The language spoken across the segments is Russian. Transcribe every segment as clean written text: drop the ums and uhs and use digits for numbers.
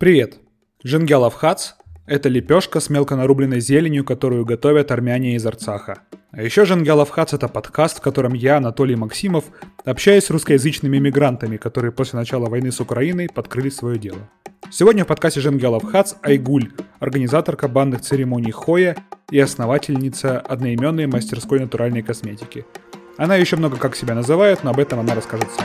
Привет! Джингелов хац – это лепешка с мелко нарубленной зеленью, которую готовят армяне из Арцаха. А еще Джингелов хац – это подкаст, в котором я, Анатолий Максимов, общаюсь с русскоязычными мигрантами, которые после начала войны с Украиной подкрыли свое дело. Сегодня в подкасте Джингелов хац Айгуль, организаторка банных церемоний Хоя и основательница одноименной мастерской натуральной косметики. Она еще много как себя называет, но об этом она расскажет сама.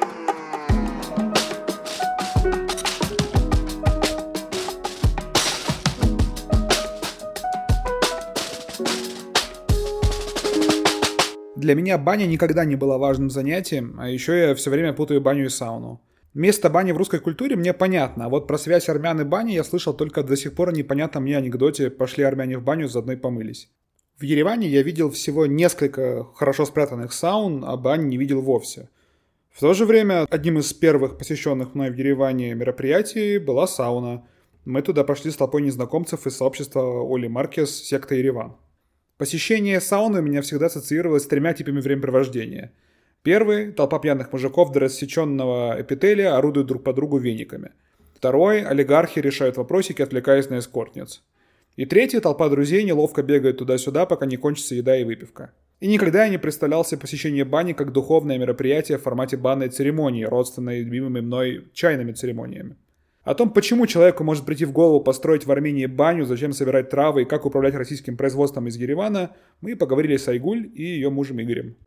Для меня баня никогда не была важным занятием, а еще я все время путаю баню и сауну. Место бани в русской культуре мне понятно, а вот про связь армян и бани я слышал только до сих пор непонятном мне анекдоте «пошли армяне в баню, заодно и помылись». В Ереване я видел всего несколько хорошо спрятанных саун, а бань не видел вовсе. В то же время одним из первых посещенных мной в Ереване мероприятий была сауна. Мы туда пошли с толпой незнакомцев из сообщества Оли Маркес «Секта Ереван». Посещение сауны у меня всегда ассоциировалось с тремя типами времяпровождения. Первый – толпа пьяных мужиков до рассеченного эпителия орудуют друг по другу вениками. Второй – олигархи решают вопросики, отвлекаясь на эскортниц. И третий – толпа друзей неловко бегает туда-сюда, пока не кончится еда и выпивка. И никогда я не представлял себе посещение бани как духовное мероприятие в формате банной церемонии, родственной любимыми мной чайными церемониями. О том, почему человеку может прийти в голову построить в Армении баню, зачем собирать травы и как управлять российским производством из Еревана, мы поговорили с Айгуль и ее мужем Игорем.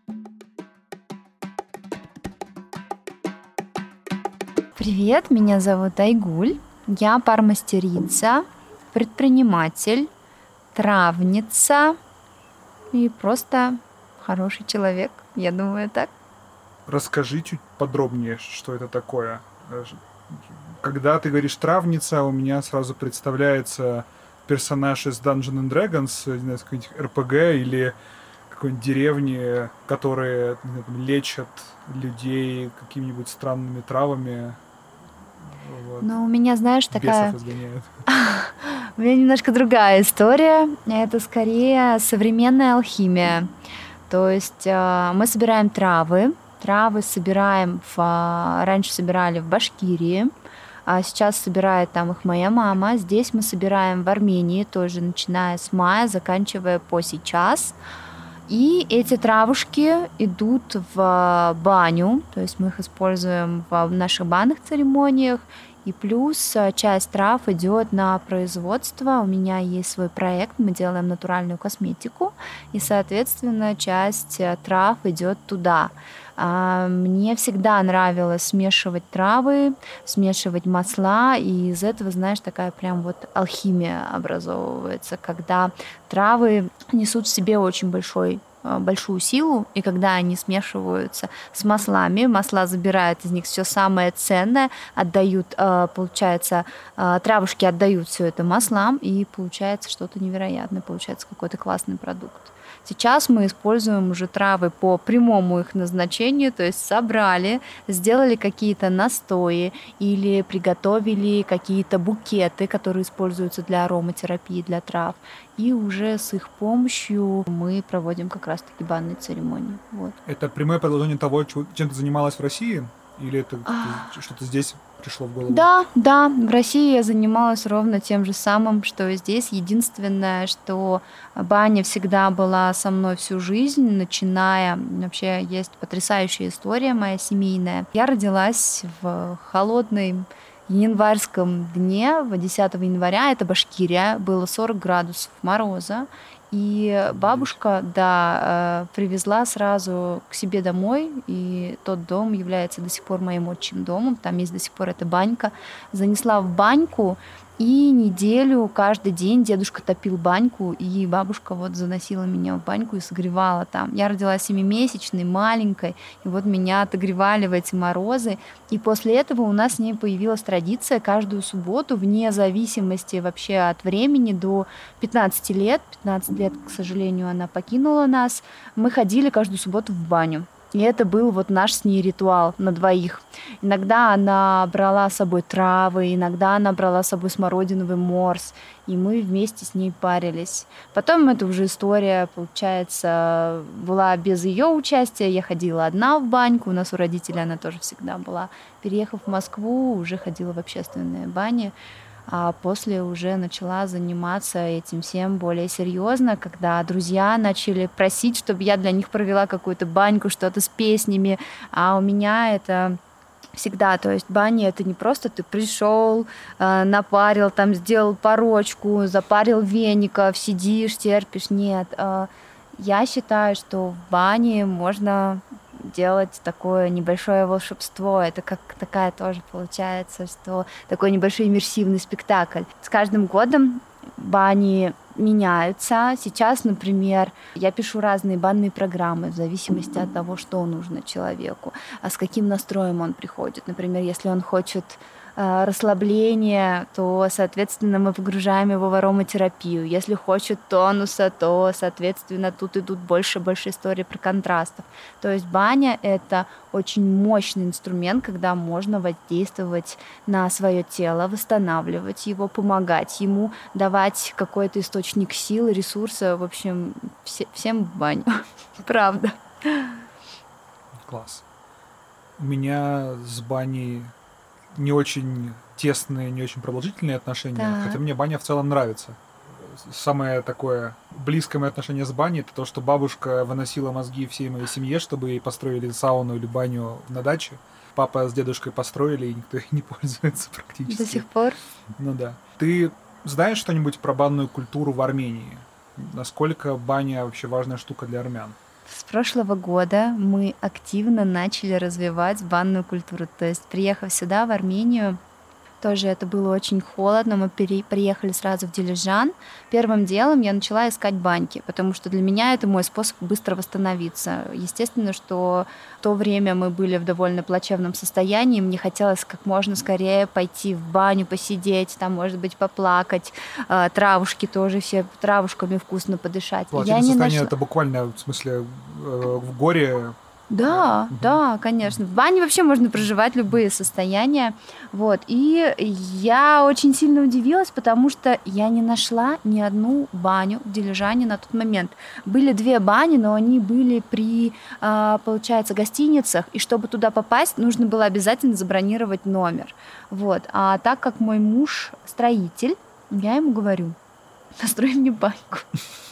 Привет, меня зовут Айгуль, я пармастерица, предприниматель, травница и просто хороший человек, я думаю, так. Расскажи чуть подробнее, что это такое. Когда ты говоришь «травница», у меня сразу представляется персонаж из Dungeons and Dragons, не знаю, какой-нибудь РПГ или какой-нибудь деревни, которые лечат людей какими-нибудь странными травами. Вот. Но у меня, знаешь, такая... Бесов изгоняют. У меня немножко другая история. Это скорее современная алхимия. То есть мы собираем травы. Травы собираем раньше собирали в Башкирии. А сейчас собирает там их моя мама. Здесь мы собираем в Армении, тоже начиная с мая, заканчивая по сейчас. И эти травушки идут в баню, то есть мы их используем в наших банных церемониях. И плюс часть трав идет на производство. У меня есть свой проект, мы делаем натуральную косметику, и, соответственно, часть трав идет туда. Мне всегда нравилось смешивать травы, смешивать масла, и из этого, знаешь, такая прям вот алхимия образовывается, когда травы несут в себе очень большую силу, и когда они смешиваются с маслами, масла забирают из них все самое ценное, отдают, получается, травушки отдают все это маслам, и получается что-то невероятное, получается какой-то классный продукт. Сейчас мы используем уже травы по прямому их назначению, то есть собрали, сделали какие-то настои или приготовили какие-то букеты, которые используются для ароматерапии, для трав, и уже с их помощью мы проводим как раз-таки банные церемонии. Вот. Это прямое продолжение того, чем ты занималась в России? Или это что-то здесь пришло в голову? Да, в России я занималась ровно тем же самым, что и здесь. Единственное, что баня всегда была со мной всю жизнь, начиная... Вообще есть потрясающая история моя семейная. Я родилась в холодной январском дне, 10 января, это Башкирия, было 40 градусов мороза. И бабушка, привезла сразу к себе домой, и тот дом является до сих пор моим отчим домом, там есть до сих пор эта банька, занесла в баньку, и неделю каждый день дедушка топил баньку, и бабушка вот заносила меня в баньку и согревала там. Я родилась 7-месячной, маленькой, и вот меня отогревали в эти морозы. И после этого у нас с ней появилась традиция каждую субботу, вне зависимости вообще от времени, до 15 лет, 15 лет, к сожалению, она покинула нас, мы ходили каждую субботу в баню. И это был вот наш с ней ритуал на двоих. Иногда она брала с собой травы, иногда она брала с собой смородиновый морс, и мы вместе с ней парились. Потом это уже история, получается, была без ее участия. Я ходила одна в баньку, у нас у родителей она тоже всегда была. Переехав в Москву, уже ходила в общественные бани. А после уже начала заниматься этим всем более серьезно, когда друзья начали просить, чтобы я для них провела какую-то баньку, что-то с песнями, а у меня это всегда, то есть баня это не просто ты пришел, напарил, там сделал порочку, запарил веников, сидишь, терпишь, нет. Я считаю, что в бане можно делать такое небольшое волшебство. Это как такая тоже получается, что такой небольшой иммерсивный спектакль. С каждым годом бани меняются. Сейчас, например, я пишу разные банные программы в зависимости от того, что нужно человеку, а с каким настроем он приходит. Например, если он хочет расслабления, то, соответственно, мы погружаем его в ароматерапию. Если хочет тонуса, то, соответственно, тут идут больше истории про контрастов. То есть баня — это очень мощный инструмент, когда можно воздействовать на свое тело, восстанавливать его, помогать ему, давать какой-то источник сил, ресурса. В общем, всем в баню. Правда. Класс. У меня с баней не очень тесные, не очень продолжительные отношения, Да. хотя мне баня в целом нравится. Самое такое близкое мое отношение с баней — это то, что бабушка выносила мозги всей моей семье, чтобы ей построили сауну или баню на даче. Папа с дедушкой построили, и никто их не пользуется практически. До сих пор. Ну да. Ты знаешь что-нибудь про банную культуру в Армении? Насколько баня вообще важная штука для армян? С прошлого года мы активно начали развивать банную культуру. То есть, приехав сюда, в Армению, тоже это было очень холодно. Мы приехали сразу в Дилижан. Первым делом я начала искать баньки, потому что для меня это мой способ быстро восстановиться. Естественно, что в то время мы были в довольно плачевном состоянии. Мне хотелось как можно скорее пойти в баню, посидеть, там, может быть, поплакать. Травушки тоже, все травушками вкусно подышать. Плачевное состояние — это буквально, в смысле, в горе. Да, да, конечно. В бане вообще можно проживать любые состояния. Вот. И я очень сильно удивилась, потому что я не нашла ни одну баню в Дилижане на тот момент. Были 2 бани, но они были при, получается, гостиницах, и чтобы туда попасть, нужно было обязательно забронировать номер. Вот. А так как мой муж строитель, я ему говорю: настрой мне баньку.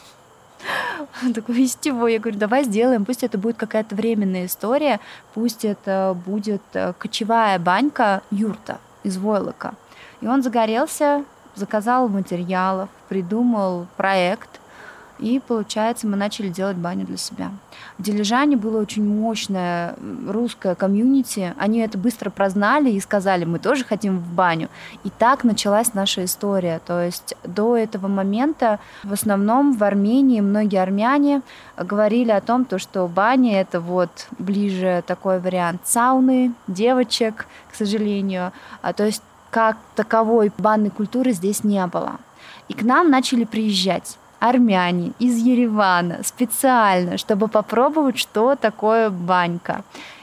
Он такой: вестевой. Я говорю: давай сделаем, пусть это будет какая-то временная история, пусть это будет кочевая банька, юрта из войлока. И он загорелся, заказал материалов, придумал проект, и, получается, мы начали делать баню для себя. В Дилижане было очень мощное русское комьюнити. Они это быстро прознали и сказали: мы тоже хотим в баню. И так началась наша история. То есть до этого момента в основном в Армении многие армяне говорили о том, что баня — это вот ближе такой вариант сауны, девочек, к сожалению. То есть как таковой банной культуры здесь не было. И к нам начали приезжать армяне из Еревана специально, чтобы попробовать, что такое банька.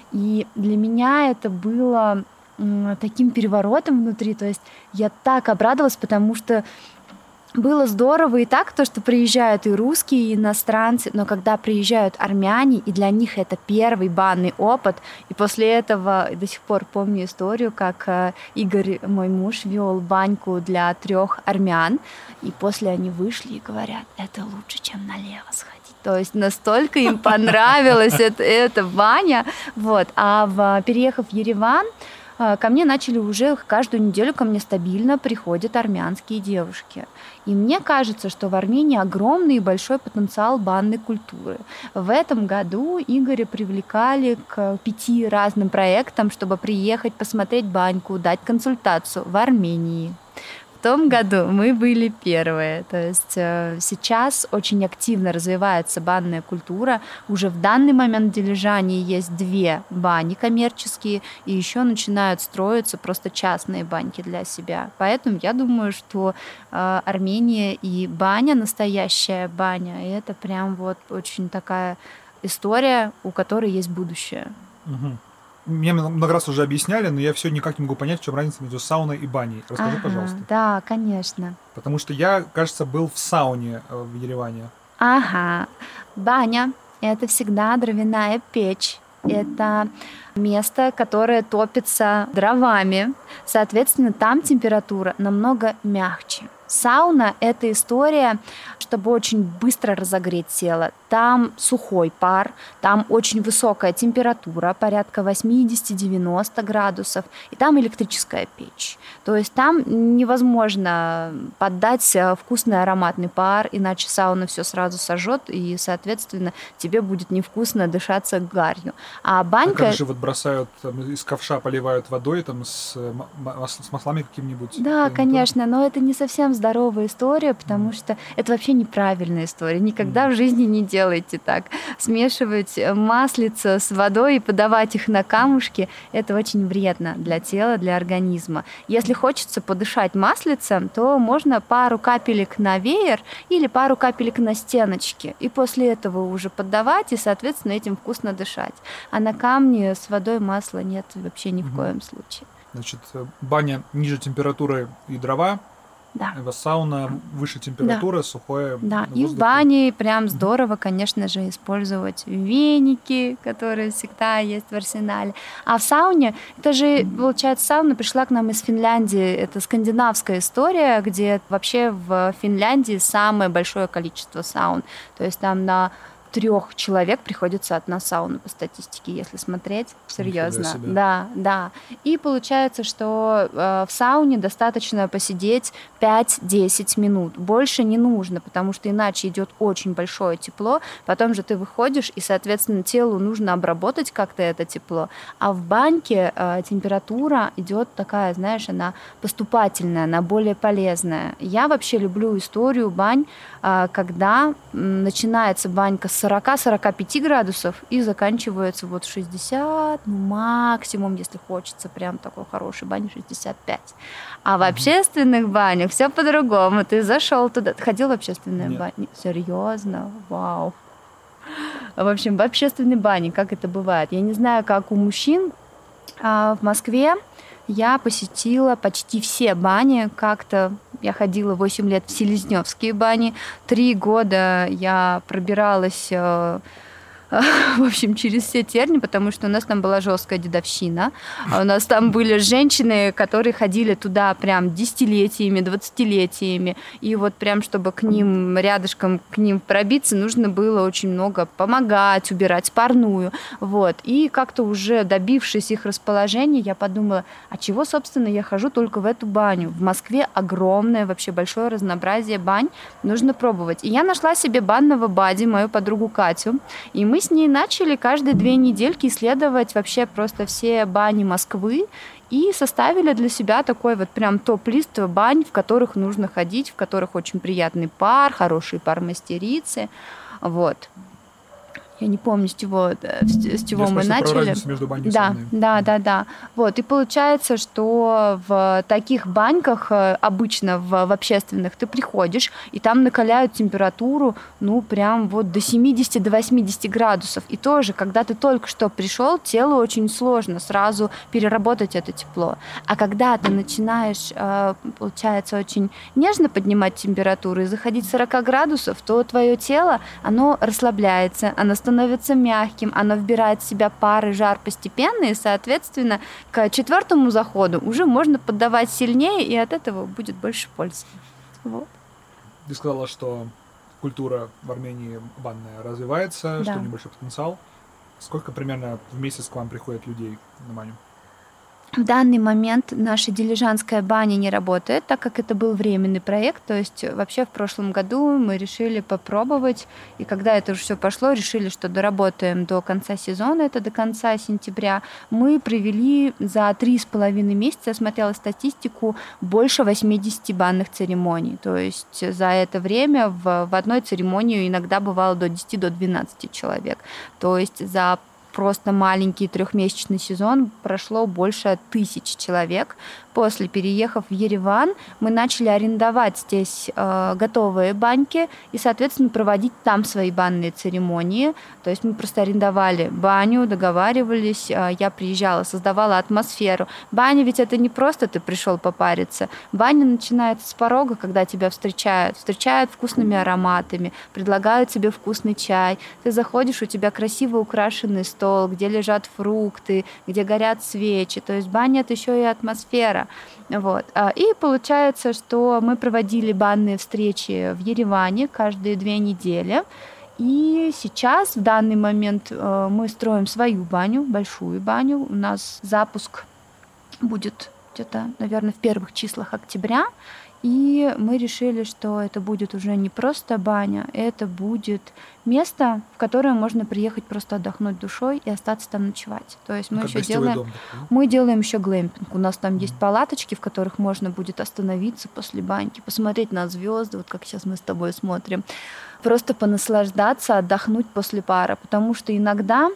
И для меня это было таким переворотом внутри. То есть я так обрадовалась, потому что было здорово и так, то, что приезжают и русские, и иностранцы, но когда приезжают армяне, и для них это первый банный опыт, и после этого до сих пор помню историю, как Игорь, мой муж, вел баньку для 3 армян, и после они вышли и говорят: это лучше, чем налево сходить. То есть настолько им понравилась эта баня. Вот. А переехав в Ереван, ко мне начали уже каждую неделю ко мне стабильно приходят армянские девушки. И мне кажется, что в Армении огромный и большой потенциал банной культуры. В этом году Игоря привлекали к 5 разным проектам, чтобы приехать, посмотреть баньку, дать консультацию в Армении. В том году мы были первые. То есть сейчас очень активно развивается банная культура. Уже в данный момент в Дилижане есть 2 бани коммерческие, и еще начинают строиться просто частные баньки для себя. Поэтому я думаю, что Армения и баня, настоящая баня, это прям вот очень такая история, у которой есть будущее. Угу. Мне много раз уже объясняли, но я все никак не могу понять, в чем разница между сауной и баней. Расскажи, пожалуйста. Да, конечно. Потому что я, кажется, был в сауне в Ереване. Ага. Баня — это всегда дровяная печь. Это место, которое топится дровами. Соответственно, там температура намного мягче. Сауна — это история, чтобы очень быстро разогреть тело. Там сухой пар, там очень высокая температура, порядка 80-90 градусов, и там электрическая печь. То есть там невозможно поддать вкусный ароматный пар, иначе сауна все сразу сожжет, и, соответственно, тебе будет невкусно дышаться гарью. А банька... А как же вот бросают, там, из ковша поливают водой там, с маслами каким-нибудь? Да, конечно, но это не совсем здоровая история, потому что это вообще неправильная история. Никогда в жизни не делайте так. Смешивать маслица с водой и подавать их на камушки – это очень вредно для тела, для организма. Если хочется подышать маслицем, то можно пару капелек на веер или пару капелек на стеночки, и после этого уже поддавать, и, соответственно, этим вкусно дышать. А на камне с водой масла нет вообще ни в коем случае. Значит, баня ниже температуры и дрова, да. Сауна выше температуры, сухое. Да, и в бане прям здорово, конечно же, использовать веники, которые всегда есть в арсенале. А в сауне, это же, получается, сауна пришла к нам из Финляндии, это скандинавская история, где вообще в Финляндии самое большое количество саун. То есть там на 3 человек приходится одна сауна по статистике, если смотреть серьезно. Да. И получается, что в сауне достаточно посидеть 5-10 минут. Больше не нужно, потому что иначе идет очень большое тепло. Потом же ты выходишь, и, соответственно, телу нужно обработать как-то это тепло. А в баньке температура идет такая, знаешь, она поступательная, она более полезная. Я вообще люблю историю бань, когда начинается банька с 40-45 градусов и заканчивается вот 60, ну максимум, если хочется прям такой хорошей бани, 65. А в общественных банях все по-другому. Ты зашел туда, ты ходил в общественные бани? Серьезно? Вау. В общем, в общественной бане, как это бывает? Я не знаю, как у мужчин. В Москве я посетила почти все бани. Как-то я ходила 8 лет в Селезневские бани. 3 года я пробиралась, в общем, через все терни, потому что у нас там была жесткая дедовщина. У нас там были женщины, которые ходили туда прям десятилетиями, 20-летиями. И вот прям, чтобы к ним, рядышком к ним пробиться, нужно было очень много помогать, убирать парную. Вот. И как-то уже добившись их расположения, я подумала, а чего, собственно, я хожу только в эту баню? В Москве огромное, вообще большое разнообразие бань. Нужно пробовать. И я нашла себе банного бади, мою подругу Катю. И мы с ней начали каждые 2 недельки исследовать вообще просто все бани Москвы и составили для себя такой вот прям топ-лист бань, в которых нужно ходить, в которых очень приятный пар, хорошие пар-мастерицы. Вот. Я не помню, с чего мы начали. Между баней и сауной. Да. Вот. И получается, что в таких баньках, обычно в общественных, ты приходишь, и там накаляют температуру, ну, прям вот до 70-80 градусов. И тоже, когда ты только что пришел, телу очень сложно сразу переработать это тепло. А когда ты начинаешь, получается, очень нежно поднимать температуру и заходить 40 градусов, то твое тело, оно расслабляется, оно становится мягким, оно вбирает в себя пар и жар постепенно, и, соответственно, к 4-му заходу уже можно поддавать сильнее, и от этого будет больше пользы. Вот. Ты сказала, что культура в Армении банная развивается, что у нее большой потенциал. Сколько примерно в месяц к вам приходит людей на баню? В данный момент наша дилижанская баня не работает, так как это был временный проект. То есть вообще в прошлом году мы решили попробовать, и когда это уже все пошло, решили, что доработаем до конца сезона, это до конца сентября. Мы провели за 3,5 месяца, я смотрела статистику, больше 80 банных церемоний. То есть за это время в одной церемонии иногда бывало до 10-12 человек. То есть за просто маленький 3-месячный сезон прошло больше 1000 человек. После, переехав в Ереван, мы начали арендовать здесь готовые баньки и, соответственно, проводить там свои банные церемонии. То есть мы просто арендовали баню, договаривались, я приезжала, создавала атмосферу. Баня ведь это не просто ты пришел попариться. Баня начинается с порога, когда тебя встречают вкусными ароматами, предлагают тебе вкусный чай. Ты заходишь, у тебя красиво украшенный стол, где лежат фрукты, где горят свечи. То есть баня — это еще и атмосфера. Вот. И получается, что мы проводили банные встречи в Ереване каждые 2 недели. И сейчас, в данный момент, мы строим свою баню, большую баню. У нас запуск будет где-то, наверное, в первых числах октября. И мы решили, что это будет уже не просто баня, это будет место, в которое можно приехать просто отдохнуть душой и остаться там ночевать. То есть мы еще делаем еще глэмпинг. У нас там есть палаточки, в которых можно будет остановиться после баньки, посмотреть на звезды, вот как сейчас мы с тобой смотрим, просто понаслаждаться, отдохнуть после пара, потому что иногда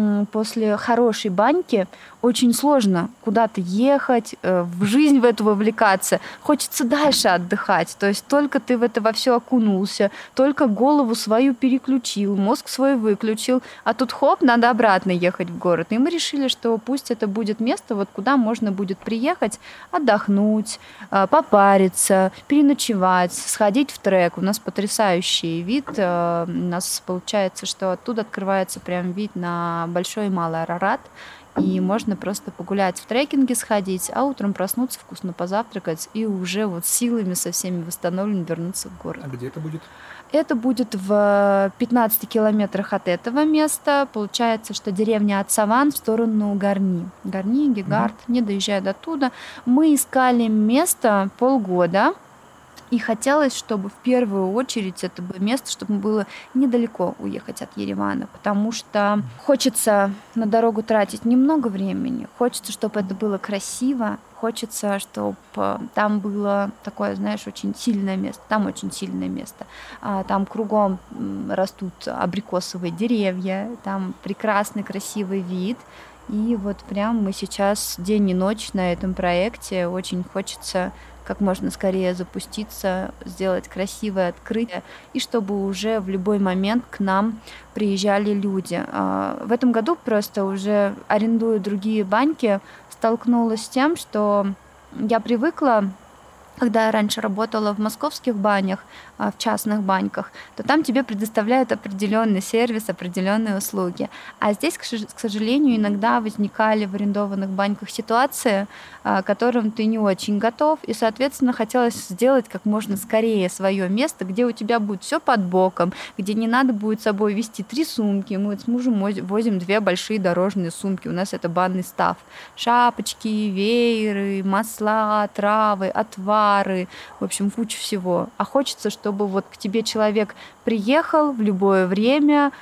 после хорошей баньки очень сложно куда-то ехать, в жизнь в эту вовлекаться. Хочется дальше отдыхать. То есть только ты в это во все окунулся, только голову свою переключил, мозг свой выключил, а тут хоп, надо обратно ехать в город. И мы решили, что пусть это будет место, вот куда можно будет приехать, отдохнуть, попариться, переночевать, сходить в трек. У нас потрясающий вид. У нас получается, что оттуда открывается прям вид на Большой и Малый Арарат. И можно просто погулять в трекинге, сходить, а утром проснуться, вкусно позавтракать и уже вот силами со всеми восстановленными вернуться в город. А где это будет? Это будет в 15 километрах от этого места. Получается, что деревня Ацаван в сторону Гарни. Гарни, Гегард, не доезжая до туда. Мы искали место полгода. И хотелось, чтобы в первую очередь это было место, чтобы было недалеко уехать от Еревана, потому что хочется на дорогу тратить немного времени, хочется, чтобы это было красиво, хочется, чтобы там было такое, знаешь, очень сильное место. Там очень сильное место. Там кругом растут абрикосовые деревья, там прекрасный красивый вид. И вот прям мы сейчас день и ночь на этом проекте. Очень хочется как можно скорее запуститься, сделать красивое открытие, и чтобы уже в любой момент к нам приезжали люди. В этом году просто уже арендуя другие баньки, столкнулась с тем, что я привыкла, когда я раньше работала в московских банях, в частных баньках, то там тебе предоставляют определенный сервис, определенные услуги. А здесь, к сожалению, иногда возникали в арендованных баньках ситуации, к которым ты не очень готов, и, соответственно, хотелось сделать как можно скорее свое место, где у тебя будет все под боком, где не надо будет с собой вести 3 сумки. Мы с мужем возим 2 большие дорожные сумки. У нас это банный став. Шапочки, вееры, масла, травы, отвары, в общем, куча всего. А хочется, чтобы вот к тебе человек приехал в любое время,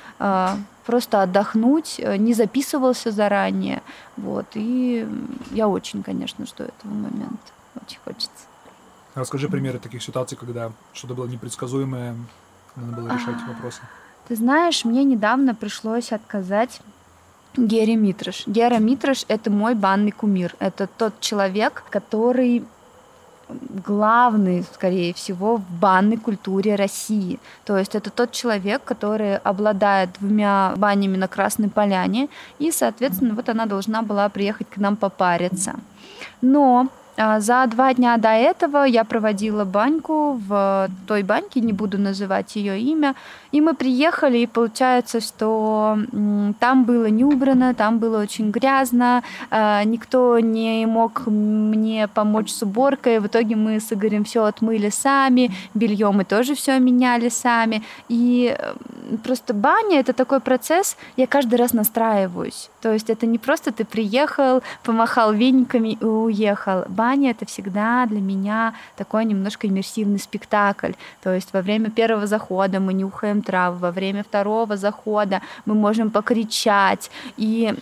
просто отдохнуть, не записывался заранее. Вот. И я очень, конечно, жду этого момента. Очень хочется. Расскажи примеры таких ситуаций, когда что-то было непредсказуемое, надо было решать вопросы. Ты знаешь, мне недавно пришлось отказать Гере Митраш. Гера Митраш — это мой банный кумир. Это тот человек, который главный, скорее всего, в банной культуре России. То есть это тот человек, который обладает 2 банями на Красной Поляне, и, соответственно, вот она должна была приехать к нам попариться. Но за 2 дня до этого я проводила баньку в той баньке, не буду называть ее имя, и мы приехали, и получается, что там было не убрано, там было очень грязно, никто не мог мне помочь с уборкой, в итоге мы с Игорем все отмыли сами, белье мы тоже все меняли сами, и просто баня — это такой процесс, я каждый раз настраиваюсь, то есть это не просто ты приехал, помахал вениками и уехал. Баня — это всегда для меня такой немножко иммерсивный спектакль. То есть во время первого захода мы нюхаем травы, во время второго захода мы можем покричать. И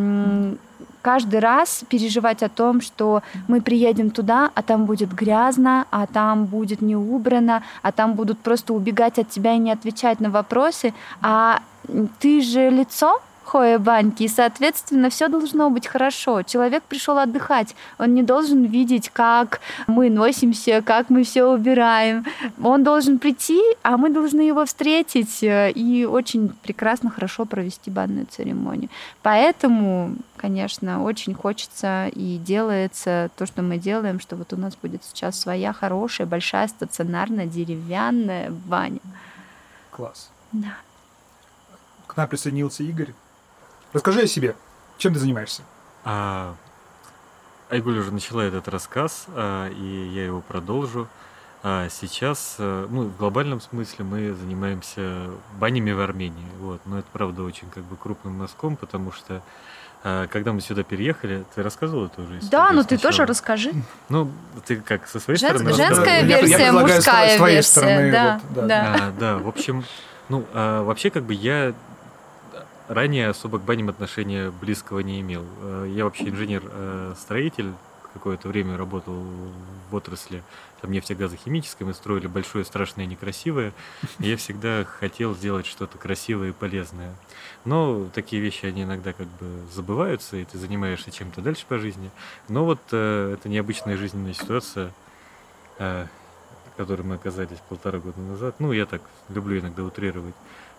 каждый раз переживать о том, что мы приедем туда, а там будет грязно, а там будет не убрано, а там будут просто убегать от тебя и не отвечать на вопросы. А ты же лицо, Хоя баньки, и, соответственно, все должно быть хорошо. Человек пришел отдыхать, он не должен видеть, как мы носимся, как мы все убираем. Он должен прийти, а мы должны его встретить и очень прекрасно, хорошо провести банную церемонию. Поэтому, конечно, очень хочется и делается то, что мы делаем, что вот у нас будет сейчас своя хорошая, большая, стационарная, деревянная баня. Класс. Да. К нам присоединился Игорь. Расскажи о себе. Чем ты занимаешься? Айгуль уже начала этот рассказ, и я его продолжу. Сейчас, в глобальном смысле мы занимаемся банями в Армении. Вот. Но это, правда, очень как бы крупным мазком, потому что когда мы сюда переехали, ты рассказывала эту уже историю? Да, но ты сначала? тоже расскажи. Ну, ты как, со своей стороны? Женская Я версия, предлагаю мужская с твоей версия. стороны, Да, вот, да. Да, в общем, вообще как бы я ранее особо к баням отношения близкого не имел. Я вообще инженер-строитель, какое-то время работал в отрасли там, нефтегазохимической, мы строили большое, страшное и некрасивое, и я всегда хотел сделать что-то красивое и полезное. Но такие вещи, они иногда как бы забываются, и ты занимаешься чем-то дальше по жизни. Но вот эта необычная жизненная ситуация, в которой мы оказались 1,5 года назад, я так люблю иногда утрировать.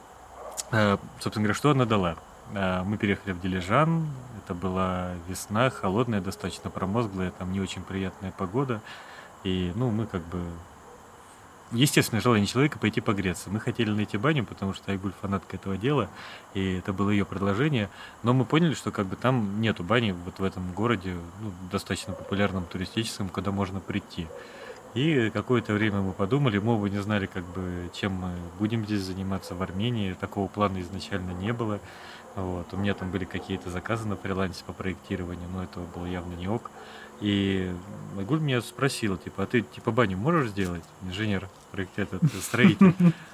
Собственно говоря, что она дала? Мы переехали в Дилижан, это была весна, холодная, достаточно промозглая, там не очень приятная погода, и, мы как бы... Естественное желание человека пойти погреться. Мы хотели найти баню, потому что Айгуль фанатка этого дела, и это было ее предложение, но мы поняли, что как бы там нету бани вот в этом городе, достаточно популярном туристическом, куда можно прийти. И какое-то время мы подумали, мы оба не знали, как бы, чем мы будем здесь заниматься в Армении. Такого плана изначально не было. Вот. У меня там были какие-то заказы на фрилансе по проектированию, но этого было явно не ок. И Айгуль меня спросила, а ты, баню можешь сделать? Инженер, строитель.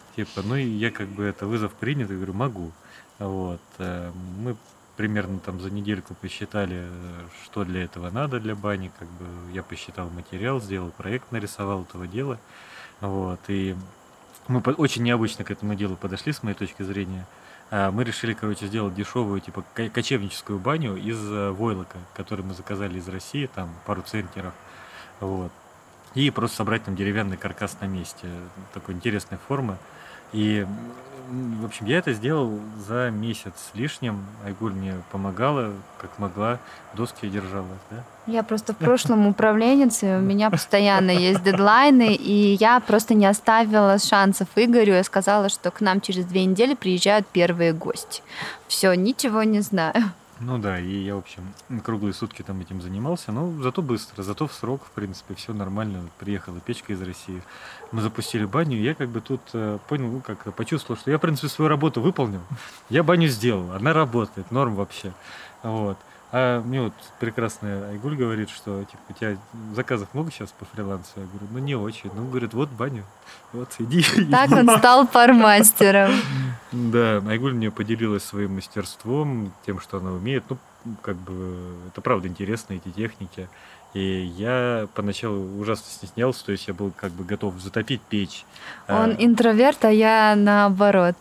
И я как бы это вызов принят, и говорю, могу. Вот. Мы примерно там за недельку посчитали, что для этого надо для бани, как бы я посчитал материал, сделал проект, нарисовал этого дела, вот, и мы очень необычно к этому делу подошли, с моей точки зрения. Мы решили, сделать дешевую, кочевническую баню из войлока, который мы заказали из России, там, пару центнеров, вот, и просто собрать там деревянный каркас на месте, такой интересной формы. И, в общем, я это сделал за месяц с лишним. Айгуль мне помогала, как могла, доски держала, да? Я просто в прошлом управленница, у меня постоянно есть дедлайны, и я просто не оставила шансов Игорю. Я сказала, что к нам через 2 недели приезжают первые гости. Все, ничего не знаю. Да, и я, в общем, круглые сутки там этим занимался, но зато быстро, зато в срок, в принципе, все нормально. Приехала печка из России, мы запустили баню, и я как бы тут понял, почувствовал, что я, в принципе, свою работу выполнил, я баню сделал, она работает, норм вообще, вот. А мне вот прекрасная Айгуль говорит, что, у тебя заказов много сейчас по фрилансу? Я говорю, не очень. Говорит, вот баню, вот, иди. Так он стал пармастером. Да, Айгуль мне поделилась своим мастерством, тем, что она умеет. Как бы, это правда интересно, эти техники. И я поначалу ужасно стеснялся, то есть я был как бы готов затопить печь. Он интроверт, а я наоборот.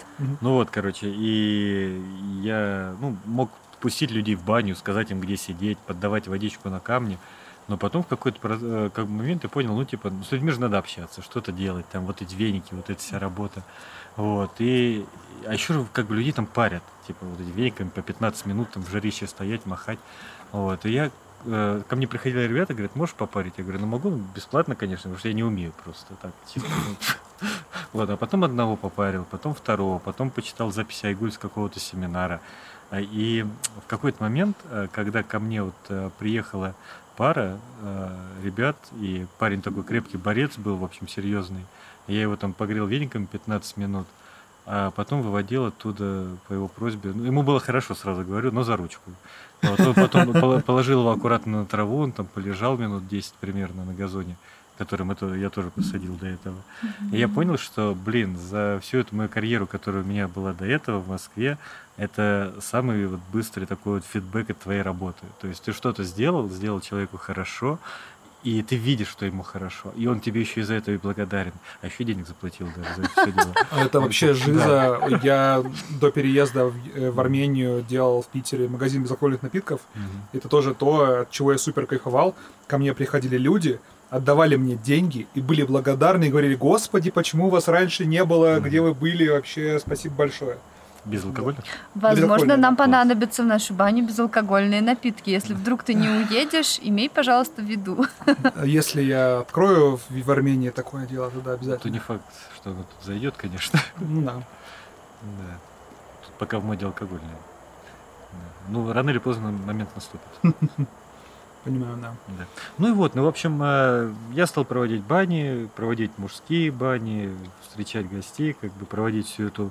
И я, мог пустить людей в баню, сказать им, где сидеть, поддавать водичку на камни. Но потом в какой-то момент я понял, с людьми же надо общаться, что-то делать, там вот эти веники, вот эта вся работа. Вот. А еще как бы людей там парят, вот эти вениками по 15 минут там в жарище стоять, махать. Вот. И ко мне приходили ребята, говорят, можешь попарить? Я говорю, могу, бесплатно, конечно, потому что я не умею просто так. Вот. А потом одного попарил, потом второго, потом почитал записи Айгуль с какого-то семинара. И в какой-то момент, когда ко мне приехала пара ребят, и парень такой крепкий борец был, в общем, серьезный, я его там погрел веником 15 минут, а потом выводил оттуда по его просьбе. Ему было хорошо, сразу говорю, но за ручку. Вот, он потом положил его аккуратно на траву, он там полежал минут 10 примерно на газоне, которым я тоже посадил до этого. И я понял, что, за всю эту мою карьеру, которая у меня была до этого в Москве, это самый быстрый такой фидбэк от твоей работы. То есть ты что-то сделал человеку хорошо, и ты видишь, что ему хорошо, и он тебе еще из-за этого и благодарен, а еще денег заплатил даже за это все дело. Это вообще жиза. Я до переезда в Армению делал в Питере магазин безалкогольных напитков. Это тоже то, от чего я супер кайфовал. Ко мне приходили люди, отдавали мне деньги и были благодарны, и говорили: «Господи, почему вас раньше не было, где вы были, вообще спасибо большое». Безалкогольных? Возможно, нам класс. понадобятся в нашу баню безалкогольные напитки. Если вдруг ты не уедешь, имей, пожалуйста, в виду. Если я открою в Армении такое дело, то да, То обязательно. не факт, что оно тут зайдет, конечно. Ну да. Да. Тут пока в моде алкогольное. Да. Ну, рано или поздно момент наступит. Понимаю, да. Да. Ну и вот, в общем, я стал проводить бани, проводить мужские бани, встречать гостей, как бы проводить всю эту...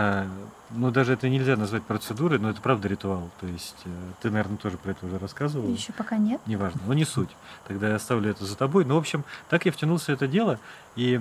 Ну, даже это нельзя назвать процедурой, но это правда ритуал. То есть ты, наверное, тоже про это уже рассказывал. Еще пока нет. Неважно, но не суть. Тогда я оставлю это за тобой. Ну, в общем, так я втянулся в это дело, и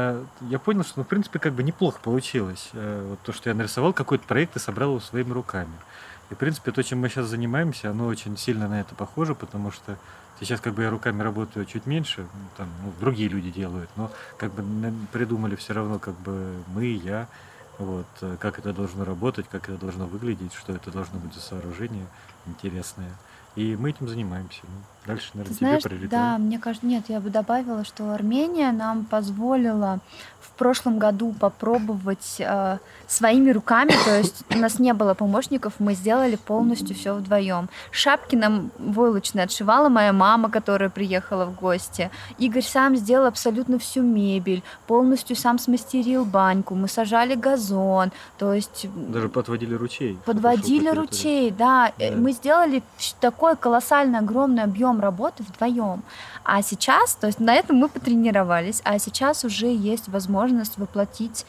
я понял, что, в принципе, как бы неплохо получилось. Вот то, что я нарисовал какой-то проект и собрал его своими руками. И, в принципе, то, чем мы сейчас занимаемся, оно очень сильно на это похоже, потому что сейчас как бы я руками работаю чуть меньше, там, другие люди делают, но как бы придумали все равно как бы мы, я, вот, как это должно работать, как это должно выглядеть, что это должно быть за сооружение интересное. И мы этим занимаемся. Ну, дальше, наверное, Ты знаешь, тебе прилетело. да, мне кажется, нет, я бы добавила, что Армения нам позволила в прошлом году попробовать своими руками, то есть у нас не было помощников, мы сделали полностью все вдвоем. Шапки нам войлочные отшивала моя мама, которая приехала в гости. Игорь сам сделал абсолютно всю мебель, полностью сам смастерил баньку, мы сажали газон, то есть Даже подводили ручей. подводили Пошел по ручей, да. Да. Мы сделали такой колоссальный, огромный объем работы вдвоем. А сейчас, то есть на этом мы потренировались, а сейчас уже есть возможность воплотить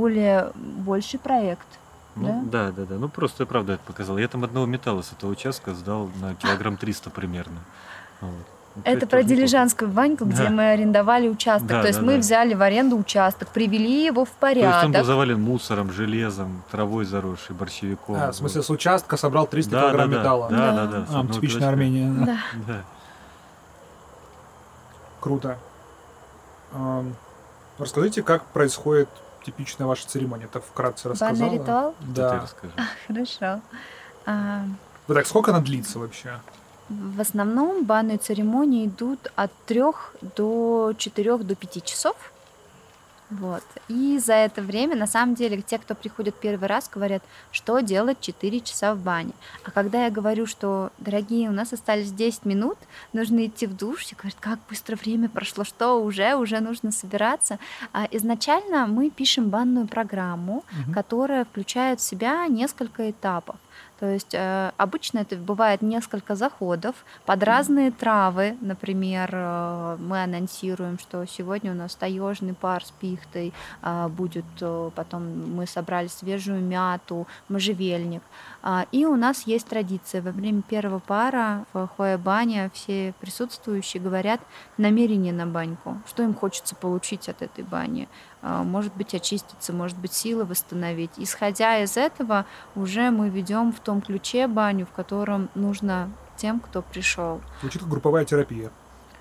больший проект. Ну, да. Ну, просто правда это показал. Я там одного металла с этого участка сдал на килограмм 300 примерно. Вот. Ну, то Это есть про тоже неплохо. Дилижанскую баньку, где Да. мы арендовали участок. Да, То есть да, мы да. взяли в аренду участок, привели его в То есть он был порядок. завален мусором, железом, травой заросший, борщевиком. В смысле, с участка собрал 300 Да, килограмм да, металла. Да. Типичная Армения. Да. Да. Да. Круто. Расскажите, как происходит типичная ваша церемония? Так вкратце рассказала. Банный ритуал? Ты Да. расскажи. Хорошо. А, Вот так, сколько она длится вообще? В основном банные церемонии идут от 3 до 4 до 5 часов. Вот. И за это время, на самом деле, те, кто приходит первый раз, говорят, что делать 4 часа в бане. А когда я говорю, что, дорогие, у нас остались 10 минут, нужно идти в душ, и говорят, как быстро время прошло, что уже нужно собираться. Изначально мы пишем банную программу, которая включает в себя несколько этапов. То есть обычно это бывает несколько заходов под разные травы. Например, мы анонсируем, что сегодня у нас таежный пар с пихтой будет, потом мы собрали свежую мяту, можжевельник. И у нас есть традиция. Во время первого пара в Хоя-бане все присутствующие говорят намерение на баньку, что им хочется получить от этой бани. Может быть, очиститься, может быть, силы восстановить. Исходя из этого, уже мы ведем в том ключе баню, в котором нужно тем, кто пришел. Звучит как групповая терапия.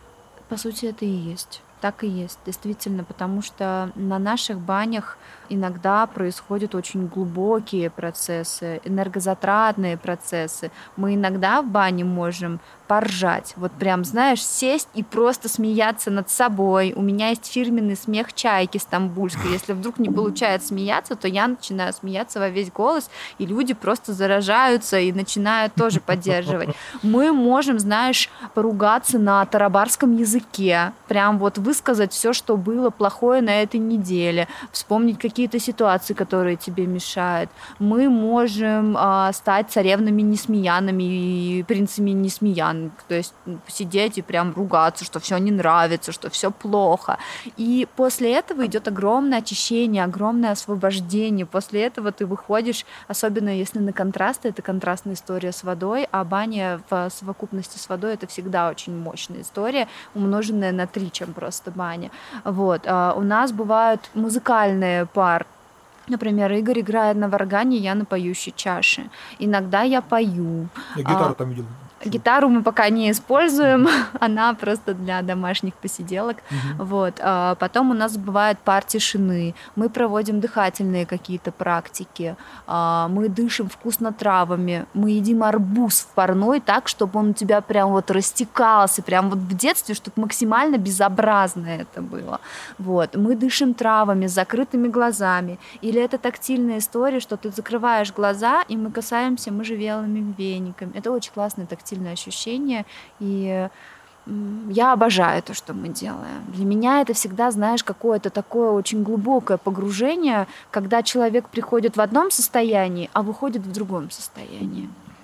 По сути, это и есть. Так и есть, действительно, потому что на наших банях иногда происходят очень глубокие процессы, энергозатратные процессы. Мы иногда в бане можем поржать, вот прям, знаешь, сесть и просто смеяться над собой. У меня есть фирменный смех чайки стамбульской. Если вдруг не получается смеяться, то я начинаю смеяться во весь голос, и люди просто заражаются и начинают тоже поддерживать. Мы можем, знаешь, поругаться на тарабарском языке, прям вот высказать все, что было плохое на этой неделе, вспомнить какие-то ситуации, которые тебе мешают. Мы можем стать царевнами-несмеянами и принцами-несмеянами, то есть сидеть и прям ругаться, что все не нравится, что все плохо. И после этого идет огромное очищение, огромное освобождение. После этого ты выходишь, особенно если на контрасты, это контрастная история с водой, а баня в совокупности с водой — это всегда очень мощная история, умноженная на 3, чем просто баня. Вот. У нас бывают музыкальные пары. Например, Игорь играет на варгане, я на поющей чаше. Иногда я пою. Я гитару там видел. Гитару мы пока не используем, она просто для домашних посиделок. Вот. Потом у нас бывают партии шины, мы проводим дыхательные какие-то практики, мы дышим вкусно травами, мы едим арбуз в парной так, чтобы он у тебя прям вот растекался, прям вот в детстве, чтобы максимально безобразно это было. Вот. Мы дышим травами с закрытыми глазами. Или это тактильная история, что ты закрываешь глаза, и мы касаемся можжевеловыми вениками. Это очень классное тактильное ощущение, и я обожаю то, что мы делаем. Для меня это всегда, знаешь, какое-то такое очень глубокое погружение, когда человек приходит в одном состоянии, а выходит в другом состоянии.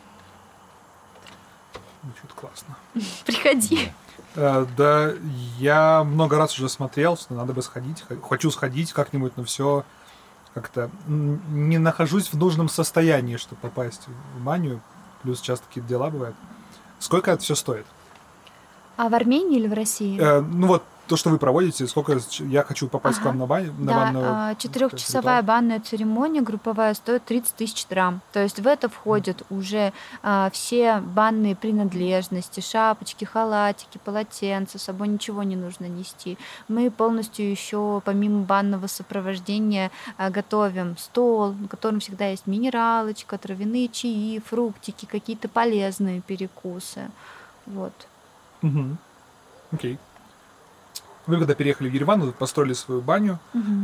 Звучит классно. Приходи. Да, я много раз уже смотрел, что надо бы сходить. Хочу сходить как-нибудь, но все как-то не нахожусь в нужном состоянии, чтобы попасть в баню. Плюс часто какие-то дела бывают. Сколько это все стоит? А в Армении или в России? Ну вот то, что вы проводите, сколько я хочу попасть к вам на баню? Да, 4-часовая банная церемония групповая стоит 30 тысяч драм. То есть в это входят уже все банные принадлежности, шапочки, халатики, полотенца, с собой ничего не нужно нести. Мы полностью еще помимо банного сопровождения готовим стол, на котором всегда есть минералочка, травяные чаи, фруктики, какие-то полезные перекусы. Вот. Окей. Вы когда переехали в Ереван, вы построили свою баню,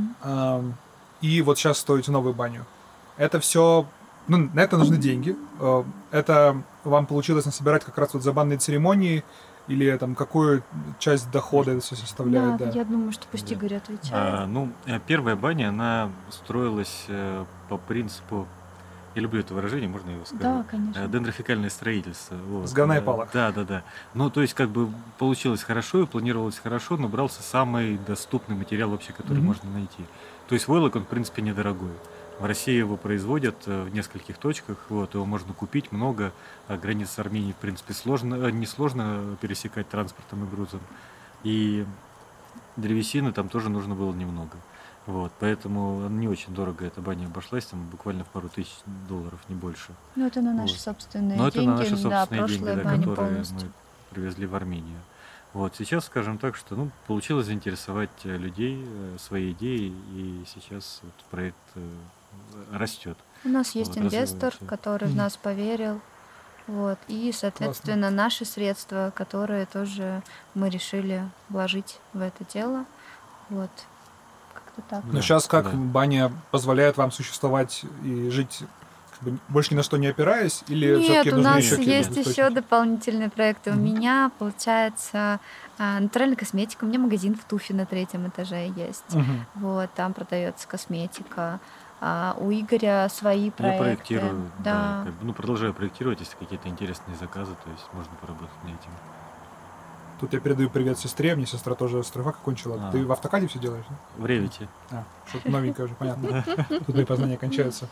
и вот сейчас строите новую баню. Это все, ну, на это нужны деньги. Это вам получилось насобирать как раз вот за банные церемонии, или там какую часть дохода это все составляет? Да, я думаю, что пусть Игорь отвечает. Первая баня, она строилась по принципу, я люблю это выражение, можно его сказать? Да, конечно. Дендрификальное строительство. Вот. С говна и палок. Да. Ну, то есть, как бы получилось хорошо и планировалось хорошо, но брался самый доступный материал вообще, который можно найти. То есть, войлок, он, в принципе, недорогой. В России его производят в нескольких точках, вот, его можно купить много. Границы с Арменией, в принципе, несложно пересекать транспортом и грузом. И древесины там тоже нужно было немного. Вот, поэтому не очень дорого эта баня обошлась, там буквально в пару тысяч $, не больше. Ну, это на наши собственные деньги. Это на наши собственные деньги, прошлая которые полностью. мы привезли в Армению. Вот, сейчас, скажем так, что получилось заинтересовать людей своей идеей, и сейчас вот проект растет. У нас есть инвестор, развивается. который в нас поверил. Вот, и, соответственно, наши средства, которые тоже мы решили вложить в это дело. Вот. Так. Но сейчас как баня позволяет вам существовать и жить как бы, больше ни на что не опираясь? Или Нет, у нас есть источники? еще дополнительные проекты. У меня, получается, натуральная косметика. У меня магазин в Туфе на 3-м этаже есть. Вот, там продается косметика. У Игоря свои проекты. Я проектирую, да. Продолжаю проектировать, если какие-то интересные заказы, то есть можно поработать на этим. Тут я передаю привет сестре, мне сестра тоже стройфак окончила. Ты в автокаде все делаешь? Да? В Ревите. Что-то новенькое уже, понятно. Тут мои познания кончаются.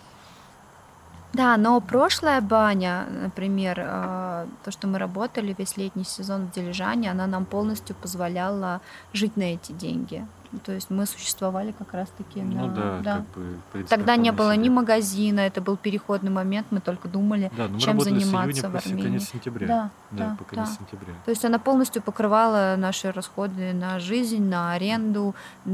Да, но прошлая баня, например, то, что мы работали весь летний сезон в Дилижане, она нам полностью позволяла жить на эти деньги. То есть мы существовали как раз-таки на... Как бы, в принципе, тогда не было ни магазина, это был переходный момент, мы только думали, чем заниматься в Армении. Конец сентября. Да, конец сентября. То есть она полностью покрывала наши расходы на жизнь, на аренду